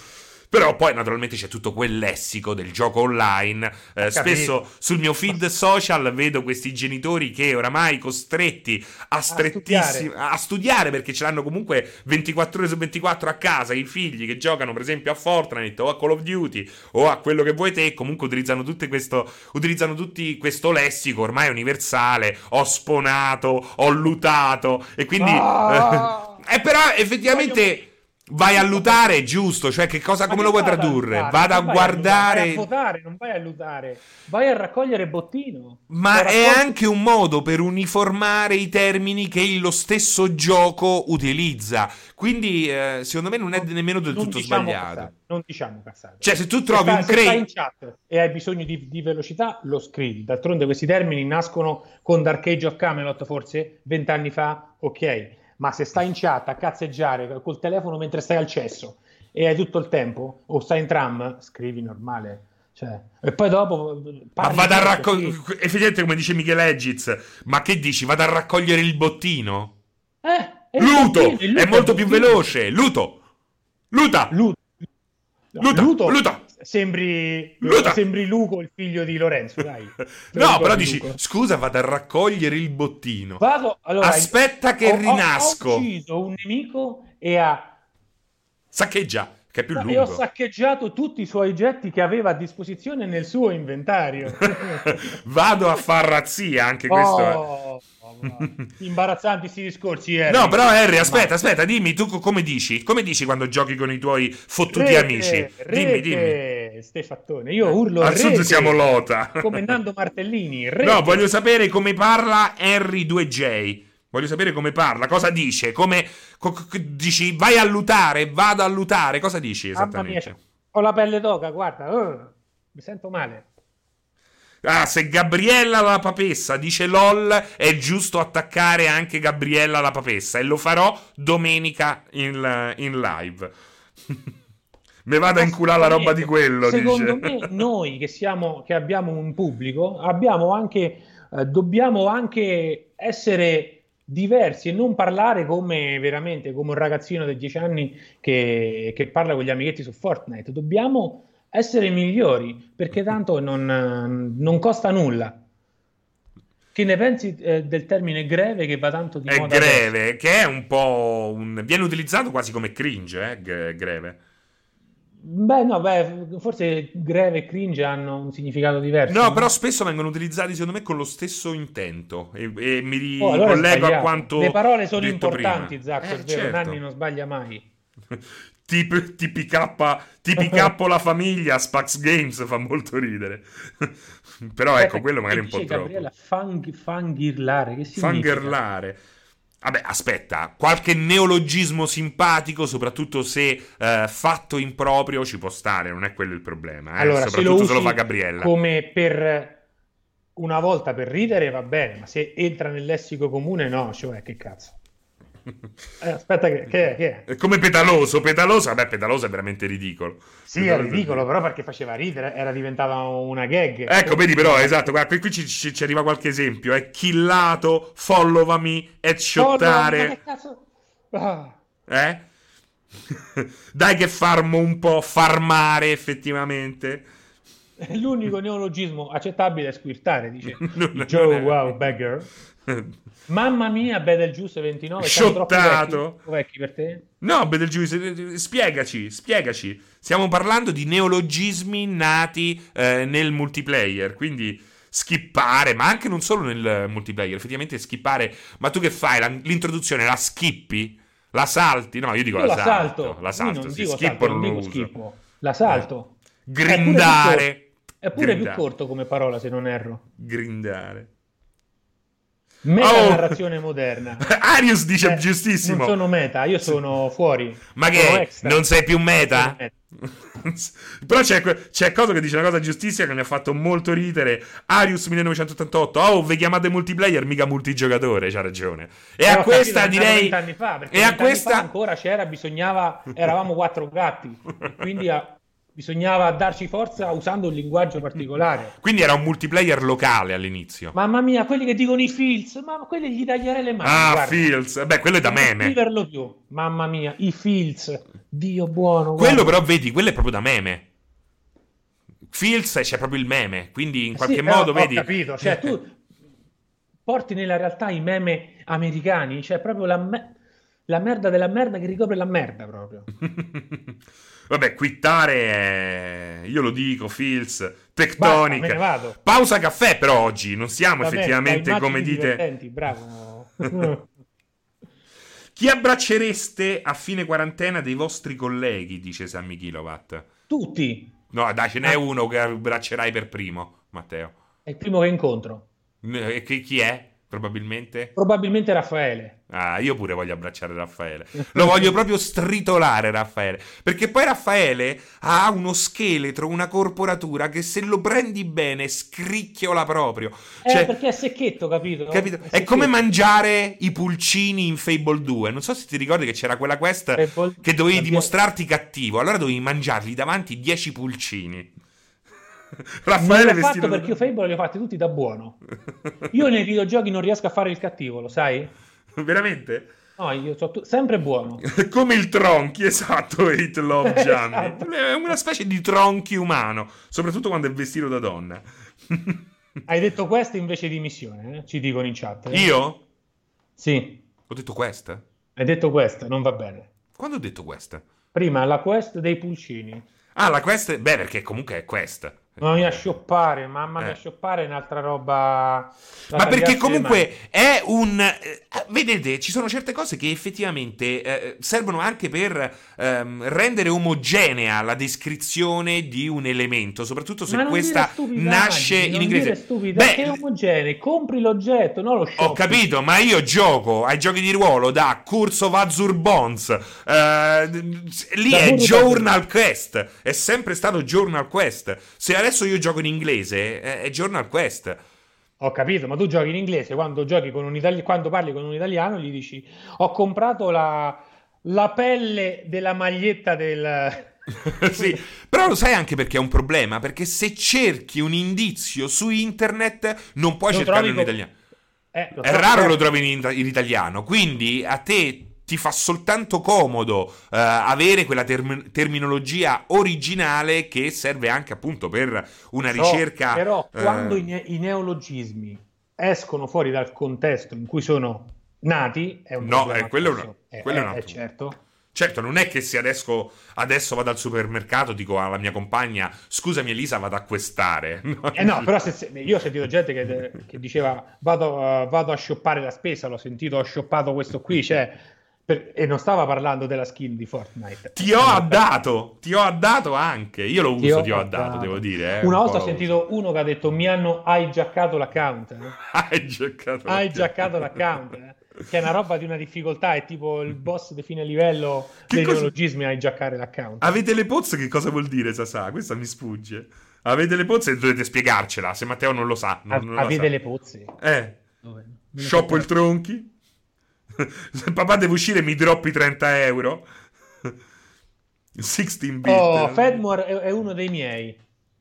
Però poi naturalmente c'è tutto quel lessico del gioco online. Eh, spesso sul mio feed social vedo questi genitori che oramai costretti a strettissimi studiare. a studiare perché ce l'hanno comunque ventiquattro ore su ventiquattro a casa, i figli che giocano per esempio a Fortnite o a Call of Duty o a quello che vuoi te, comunque utilizzano tutte questo utilizzano tutti questo lessico ormai universale. Ho sponato, ho lootato e quindi Ah! eh, però effettivamente vai a lutare, giusto? Cioè, che cosa, Ma come che lo vuoi vada tradurre? lutare? Vado a Non vai guardare. Vai a votare, non vai a lutare. Vai a raccogliere bottino. Ma Lo è raccogli- anche un modo per uniformare i termini che lo stesso gioco utilizza. Quindi, eh, secondo me, non è nemmeno del non tutto diciamo sbagliato. cazzate, non diciamo cazzate. Cioè, se tu Se trovi sta- un se stai in crate. chat e hai bisogno di, di velocità, lo scrivi. D'altronde questi termini nascono con Dark Age of Camelot, forse vent'anni fa, ok. Ma se stai in chat a cazzeggiare col telefono mentre stai al cesso e hai tutto il tempo, o stai in tram, scrivi normale. Cioè, e poi dopo Ma parli vado a sempre, raccogliere. sì. Effettivamente, come dice Michele Egiz, ma che dici? Vado a raccogliere il bottino? Eh, è il Luto! bottino, il È luto, molto il più bottino. veloce. Luto! Luta! Luto. No, Luta, Luto, Luta. Sembri, Luta. sembri Luco, il figlio di Lorenzo, dai. Te lo No, ricordi, però dici, Luco? scusa, vado a raccogliere il bottino. Vado, allora, Aspetta che ho- ho- rinasco. Ho ucciso un nemico e, ha, Saccheggia, che è più e ho lungo. saccheggiato tutti i suoi oggetti che aveva a disposizione nel suo inventario. Vado a far razzia, anche questo è. Oh, ma- imbarazzanti sti discorsi, Harry. No, però Harry, Ma- aspetta, aspetta, dimmi, tu co- come dici? Come dici quando giochi con i tuoi fottuti Rete, amici? Dimmi, dimmi. rete, Stefattone. Io urlo Al sud rete, siamo lota. come Nando Martellini. Rete. No, voglio sapere come parla Harry due J. Voglio sapere come parla, cosa dice, come co- co- dici vai a lutare, vado a lutare, cosa dici Mamma mia, esattamente? ho la pelle d'oca, guarda, uh, mi sento male. Ah, se Gabriella la papessa dice LOL, è giusto attaccare anche Gabriella la papessa e lo farò domenica in, in live. Me vado a inculare la roba di quello, Secondo dice. me noi che siamo che abbiamo un pubblico, abbiamo anche eh, dobbiamo anche essere diversi e non parlare come veramente come un ragazzino di dieci anni che, che parla con gli amichetti su Fortnite. Dobbiamo essere migliori perché tanto non, non costa nulla. Che ne pensi eh, del termine greve che va tanto di È moda adesso? greve, che è un po' un... viene utilizzato quasi come cringe, eh, g- greve. Beh, no, beh, forse greve e cringe hanno un significato diverso. No, no? però spesso vengono utilizzati secondo me con lo stesso intento e, e mi Oh, allora è ricollego a sbagliato. quanto Le parole sono detto importanti, prima. Zacco, Eh, è vero, certo. Nanni non sbaglia mai. Tip- T P K T P K la famiglia Spax Games fa molto ridere. Però ecco, Aspetta, quello magari è un che po' dice troppo. Gabriella, fang, fangirlare, che significa? Fangirlare. Vabbè, aspetta, qualche neologismo simpatico, soprattutto se eh, fatto in proprio, ci può stare, non è quello il problema. Eh? Allora, se lo soprattutto se lo usi fa Gabriella. come per una volta per ridere va bene, ma se entra nel lessico comune no, cioè che cazzo. Eh, aspetta, che, che è? Che è? È come Petaloso, Petaloso, vabbè, Petaloso è veramente ridicolo. Sì, è Petaloso- ridicolo, però perché faceva ridere, era diventata una gag. Ecco, vedi però, esatto, guarda, qui, qui ci, ci- ci arriva qualche esempio, è killato, followami, Oh, no, ma headshottare, che cazzo? Ah. eh? Dai che farmo un po', farmare effettivamente. L'unico neologismo accettabile è squirtare, dice Non- non Joe è- Wow Beggar. Mamma mia, Betelgeuse ventinove, siamo troppo vecchi, Sciottato. troppo vecchi per te? No, Betelgeuse, spiegaci, spiegaci. Stiamo parlando di neologismi nati eh, nel multiplayer, quindi skippare, ma anche non solo nel multiplayer, effettivamente skippare. Ma tu che fai? La- l'introduzione la skippi? La salti? No, io dico Io la la salto. salto, La io salto, non sì, dico skippo salto, non non lo dico uso. schippo, la salto. Grindare. È pure più Grindare. corto come parola, se non erro. Grindare. Metanarrazione moderna. Arius dice Eh, giustissimo. Non sono meta, io sono fuori. Ma sono che? extra. Non sei più meta? Sono meta. Però c'è, que- c'è Coso che dice una cosa giustissima che mi ha fatto molto ridere. Arius millenovecentottantotto. Oh, vi chiamate multiplayer, mica multigiocatore. C'ha ragione. E Eh, a ho questa capito, direi. vent'anni fa, perché E a vent'anni questa. fa ancora c'era, bisognava, eravamo quattro gatti, quindi a- bisognava darci forza usando un linguaggio particolare. Quindi era un multiplayer locale all'inizio. Mamma mia, quelli che dicono i Fields, ma quelli gli taglierei le mani. Ah, guarda. Fields. Beh, quello è da Non meme. scriverlo più. Mamma mia, i Fields. Dio buono. Quello guarda. però, vedi, quello è proprio da meme. Fields c'è proprio il meme. Quindi in Sì, qualche eh, modo, ho vedi. capito, cioè tu porti nella realtà i meme americani, cioè proprio la, me- la merda della merda che ricopre la merda proprio. Vabbè, quittare è... Io lo dico, Fields, Basta, Tectonic. me ne vado. Pausa caffè per oggi. Non siamo Vabbè, effettivamente dai, come immagini dite. divertenti, bravo. Chi abbraccereste a fine quarantena dei vostri colleghi? Dice Sammy Kilowatt. Tutti. No, dai, ce n'è Ah. uno che abbraccerai per primo, Matteo. È il primo che incontro. E chi chi è? Probabilmente? Probabilmente Raffaele. Ah, io pure voglio abbracciare Raffaele. Lo voglio proprio stritolare Raffaele. Perché poi Raffaele ha uno scheletro, una corporatura che se lo prendi bene scricchiola proprio. Eh, Cioè, perché è secchetto, capito? capito? È secchetto. come mangiare i pulcini in Fable due. Non so se ti ricordi che c'era quella quest Fable- che dovevi Oddio. dimostrarti cattivo. Allora dovevi mangiarli davanti dieci pulcini. Non Raffaele l'ho vestito fatto da- perché io Fable li ho fatti tutti da buono. Io nei videogiochi non riesco a fare il cattivo, lo sai? Veramente? No, io sono tu- sempre buono. Come il Tronchi, esatto, Hate Love Gianni. Esatto. È una specie di Tronchi umano, soprattutto quando è vestito da donna. Hai detto questo invece di missione, eh? Ci dicono in chat. eh? Io? Sì, Ho detto questa? hai detto questo, non va bene. Quando ho detto questa? Prima la quest dei pulcini. Ah, la quest? Beh, perché comunque è questa. Mamma mia, scioppare, mamma mia, Eh. scioppare è un'altra roba. da Ma perché tagliarsi le comunque è un... eh, vedete, ci sono certe cose che effettivamente eh, servono anche per ehm, rendere omogenea la descrizione di un elemento, soprattutto se Ma non questa dire stupidaggini, nasce in non inglese. dire stupida, che è Beh, omogeneo, compri l'oggetto, non lo ho shoppi. capito, ma io gioco ai giochi di ruolo da Curse of Azure Bonds. eh, lì Da è Burro Journal Quest. È sempre stato Journal Quest. Se adesso io gioco in inglese, è, è Journal Quest. Ho capito, ma tu giochi in inglese, quando giochi con un itali- quando parli con un italiano gli dici ho comprato la, la pelle della maglietta del... Sì, però lo sai anche perché è un problema. Perché se cerchi un indizio su internet, non puoi Lo cercarlo trovi in co- italiano. Eh, lo È so, raro eh. lo trovi in, in italiano, quindi a te ti fa soltanto comodo eh, avere quella term- terminologia originale che serve anche appunto per una So, ricerca. però eh, quando i, ne- i neologismi escono fuori dal contesto in cui sono nati, è un No, problema eh, quello è grosso. una- Eh, quello è un eh, altro. eh, certo. Certo, non è che se adesso, adesso vado al supermercato dico alla mia compagna scusami Elisa, vado a acquistare. No, Eh no, però se, se- io ho sentito gente che, che diceva vado, uh, vado a shoppare la spesa, l'ho sentito, ho shoppato questo qui, cioè, per- e non stava parlando della skin di Fortnite. Ti ho addato, ti ho addato anche. Io lo Ti uso, ho ti ho addato, addato. devo dire. eh, Una un volta po' ho lo sentito uno che ha detto mi hanno hijackato l'account. eh. Hai giocato. Hai hijackato l'account, eh. Che è una roba di una difficoltà, è tipo il boss di fine livello Che dei cosa- neologismi a hijackare l'account. Avete le pozze, che cosa vuol dire, Sasà? Questa mi sfugge. Avete le pozze e dovete spiegarcela, se Matteo non lo sa. Non, non lo Avete sa. le pozze. Eh, Dove? Me ne shoppo so- il tronchi. Se papà deve uscire mi droppi trenta euro. sedici bit. Oh, Fedmore è, è uno dei miei.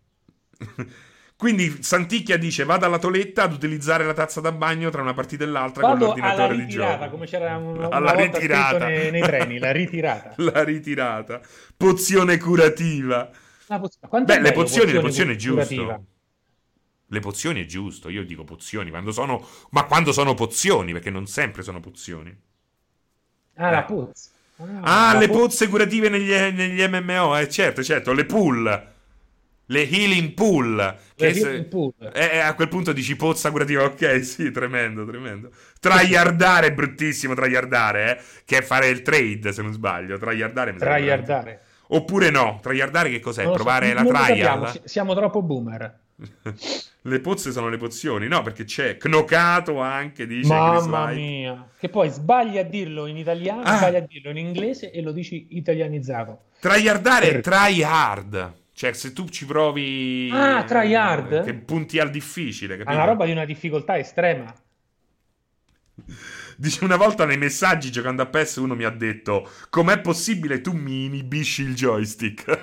Quindi Santicchia dice vado alla toletta ad utilizzare la tazza da bagno tra una partita e l'altra con Vado alla l'ordinatore di ritirata, gioco. come c'era un- una Alla volta ritirata. scritto nei, nei treni, la ritirata. La ritirata. Pozione curativa. Una pozione. Quanto è Beh, le bello pozioni, le pozione pozioni è curativa. giusto. Le pozioni è giusto, io dico pozioni, quando sono... Ma quando sono pozioni, perché non sempre sono pozioni. Ah, la Eh. pozza. Ah, Ah, la le pozza. pozze curative negli, negli M M O, eh, certo, certo, le pool, le healing pool, Le che healing se- pool. eh, a quel punto dici pozza curativa, ok, sì, tremendo, tremendo. Tryhardare è bruttissimo, tryhardare, eh, che è fare il trade, se non sbaglio, tryhardare mi sembra veramente... Tryhardare. Oppure no, tryhardare che cos'è? Non lo so, Provare la non lo sappiamo, trial? si- siamo troppo boomer. Le pozze sono le pozioni, no, perché c'è Knokato anche, dice Chris Mamma Light. mia, che poi sbagli a dirlo in italiano, sbagli Ah, a dirlo in inglese e lo dici italianizzato. tryhardare è Per- try hard. Cioè, se tu ci provi, Ah, try eh, che hard? punti al difficile, È una capito? roba di una difficoltà estrema. Dice una volta nei messaggi giocando a P E S uno mi ha detto: com'è possibile tu mi inibisci il joystick?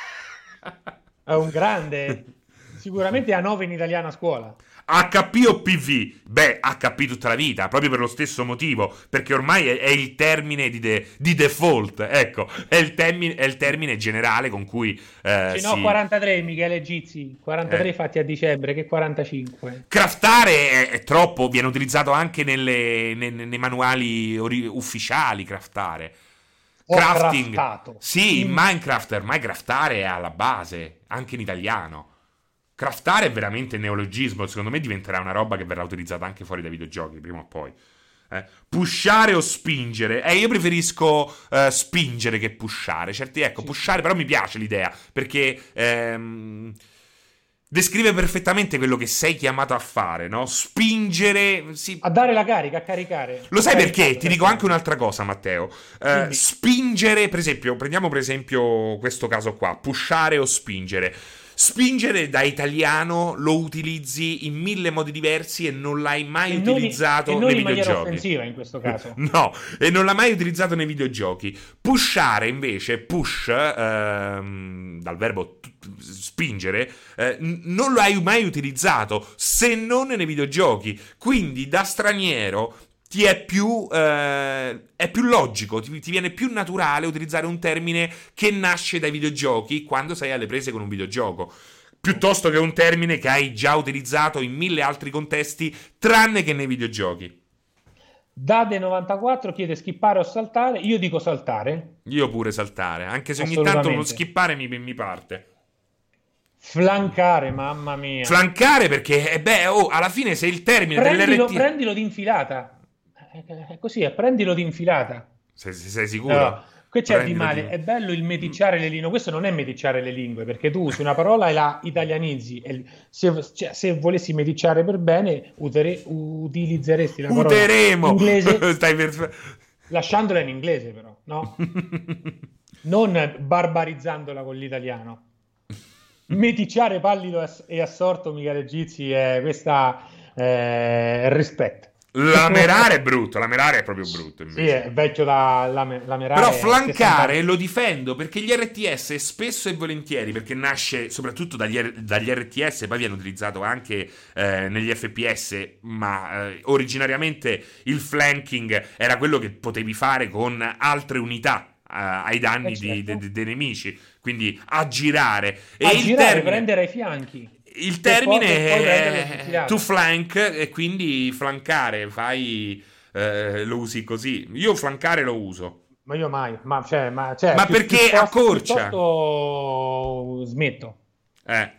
È un grande. Sicuramente a nove in italiano a scuola. H P o P V? Beh, H P tutta la vita, proprio per lo stesso motivo, perché ormai è, è il termine di, de- di default, ecco, è il, termine, è il termine generale con cui eh, Ce ne ho si... quarantatré, Michele Gizi. quarantatré eh, fatti a dicembre, che quarantacinque. Craftare è, è troppo, viene utilizzato anche nelle- nei, nei manuali ori- ufficiali, craftare. Ho Crafting, craftato. sì, in In- Minecraft ormai craftare è alla base, anche in italiano. Craftare è veramente neologismo, secondo me diventerà una roba che verrà utilizzata anche fuori dai videogiochi, prima o poi. Eh, pushare o spingere? Eh, io preferisco eh, spingere che pushare. Certi, ecco, Sì, sì. pushare però mi piace l'idea, perché ehm, descrive perfettamente quello che sei chiamato a fare, no? Spingere, sì. A dare la carica, a caricare. Lo Ho sai perché? caricato, Ti dico anche un'altra cosa, Matteo. Eh, dimmi. spingere, per esempio, prendiamo per esempio questo caso qua, pushare o spingere. Spingere da italiano lo utilizzi in mille modi diversi e non l'hai mai E non, i- e utilizzato non nei in maniera videogiochi. offensiva in questo caso. No, e non l'ha mai utilizzato nei videogiochi. Pushare invece, push, ehm, dal verbo t- spingere, eh, n- non lo hai mai utilizzato se non nei videogiochi. Quindi da straniero ti è più, eh, è più logico, ti, ti viene più naturale utilizzare un termine che nasce dai videogiochi quando sei alle prese con un videogioco. Piuttosto che un termine che hai già utilizzato in mille altri contesti, tranne che nei videogiochi. Dade novantaquattro chiede skippare o saltare. Io dico saltare. Io pure saltare, anche se ogni tanto uno Assolutamente. skippare mi, mi parte. Flancare, mamma mia. Flancare perché, eh beh, oh, alla fine se il termine Prendilo, dell'R T... prendilo di infilata. È così, è prendilo di infilata. Sei, sei sicuro? No, qui c'è di Prendilo male. È bello il meticciare le lingue. Questo non è meticciare le lingue, perché tu usi una parola e la italianizzi. E se, cioè, se volessi meticciare per bene, utere- utilizzeresti la parola Uteremo! inglese, Stai per... lasciandola in inglese, però, no? Non barbarizzandola con l'italiano. Meticciare pallido ass- e assorto, Michele Gizi, è questa eh, rispetto. Lamerare è brutto, lamerare è proprio brutto Sì, invece. è vecchio da lame- lamerare. Però è flancare sessanta lo difendo perché gli R T S spesso e volentieri, perché nasce soprattutto dagli, R- dagli R T S, poi viene utilizzato anche eh, negli F P S, ma eh, originariamente il flanking era quello che potevi fare con altre unità eh, ai danni Eh, di- certo. de- de- dei nemici, quindi aggirare. E a il girare, termine... prendere ai fianchi. Il Per poi- termine per poi prenderlo in è filata. to flank e quindi flancare, fai, eh, lo usi così. Io flancare lo uso. Ma io mai, ma, cioè, ma, cioè, Ma più- perché piuttosto- accorcia? piuttosto smetto. Eh.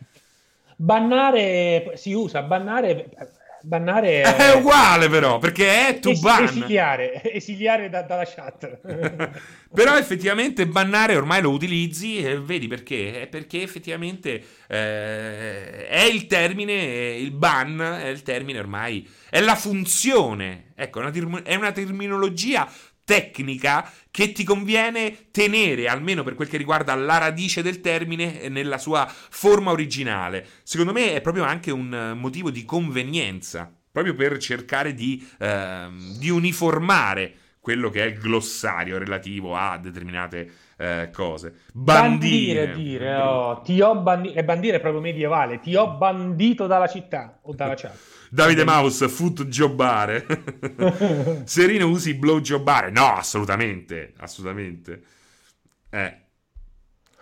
Bannare si usa, bannare, bannare È uguale però, perché è to es- ban. esiliare, esiliare da- dalla chat. Però effettivamente bannare ormai lo utilizzi e vedi perché? È perché effettivamente eh, è il termine, il ban è il termine ormai, è la funzione. Ecco, è una, term- è una terminologia tecnica che ti conviene tenere, almeno per quel che riguarda la radice del termine, nella sua forma originale. Secondo me è proprio anche un motivo di convenienza, proprio per cercare di, ehm, di uniformare quello che è il glossario relativo a determinate eh, cose. Bandire. Bandire, dire, oh, ti ho bandi- e bandire è proprio medievale, ti ho bandito dalla città o dalla chat. Davide Mouse, foot jobbare. Serino usi blow jobbare? No, assolutamente, assolutamente. Eh.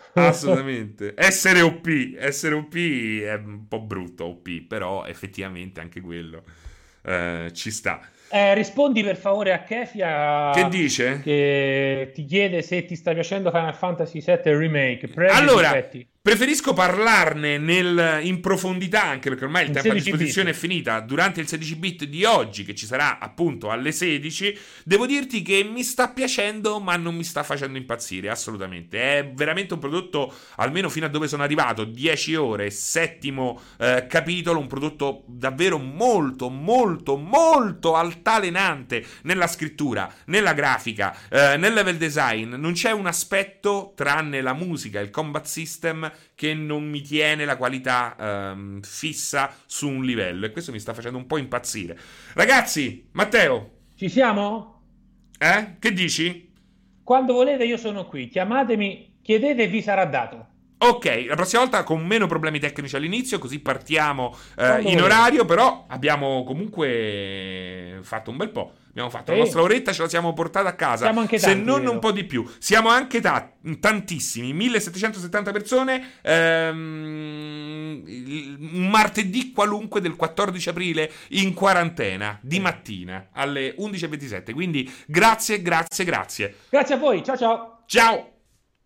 Assolutamente. Essere O P, essere O P è un po' brutto, O P, però effettivamente anche quello eh, ci sta. Eh, rispondi per favore a Che Kefia dice? che ti chiede se ti sta piacendo Final Fantasy sette Remake, pregi e Allora, difetti preferisco parlarne nel- in profondità, anche perché ormai il in tempo a sedici disposizione è bit. finita, durante il sedici bit di oggi, che ci sarà appunto alle sedici. Devo dirti che mi sta piacendo, ma non mi sta facendo impazzire, assolutamente. È veramente un prodotto, almeno fino a dove sono arrivato, dieci ore, settimo eh, capitolo, un prodotto davvero molto, molto, molto altalenante nella scrittura, nella grafica, eh, nel level design. Non c'è un aspetto, tranne la musica, il combat system, che non mi tiene la qualità ehm, fissa su un livello, e questo mi sta facendo un po' impazzire. Ragazzi, Matteo, Ci siamo? eh? Che dici? Quando volete io sono qui, chiamatemi, chiedete e vi sarà dato. Ok, la prossima volta con meno problemi tecnici all'inizio, così partiamo eh, Quando in volete. orario, però abbiamo comunque fatto un bel po'. Abbiamo fatto la nostra Sì, oretta, ce la siamo portata a casa, siamo anche se tanti, non un po' vedo. di più. Siamo anche ta- tantissimi, millesettecentosettanta persone, ehm, il- un martedì qualunque del quattordici aprile in quarantena, di Sì. mattina, alle undici e ventisette. Quindi grazie, grazie, grazie. Grazie a voi, ciao ciao. Ciao!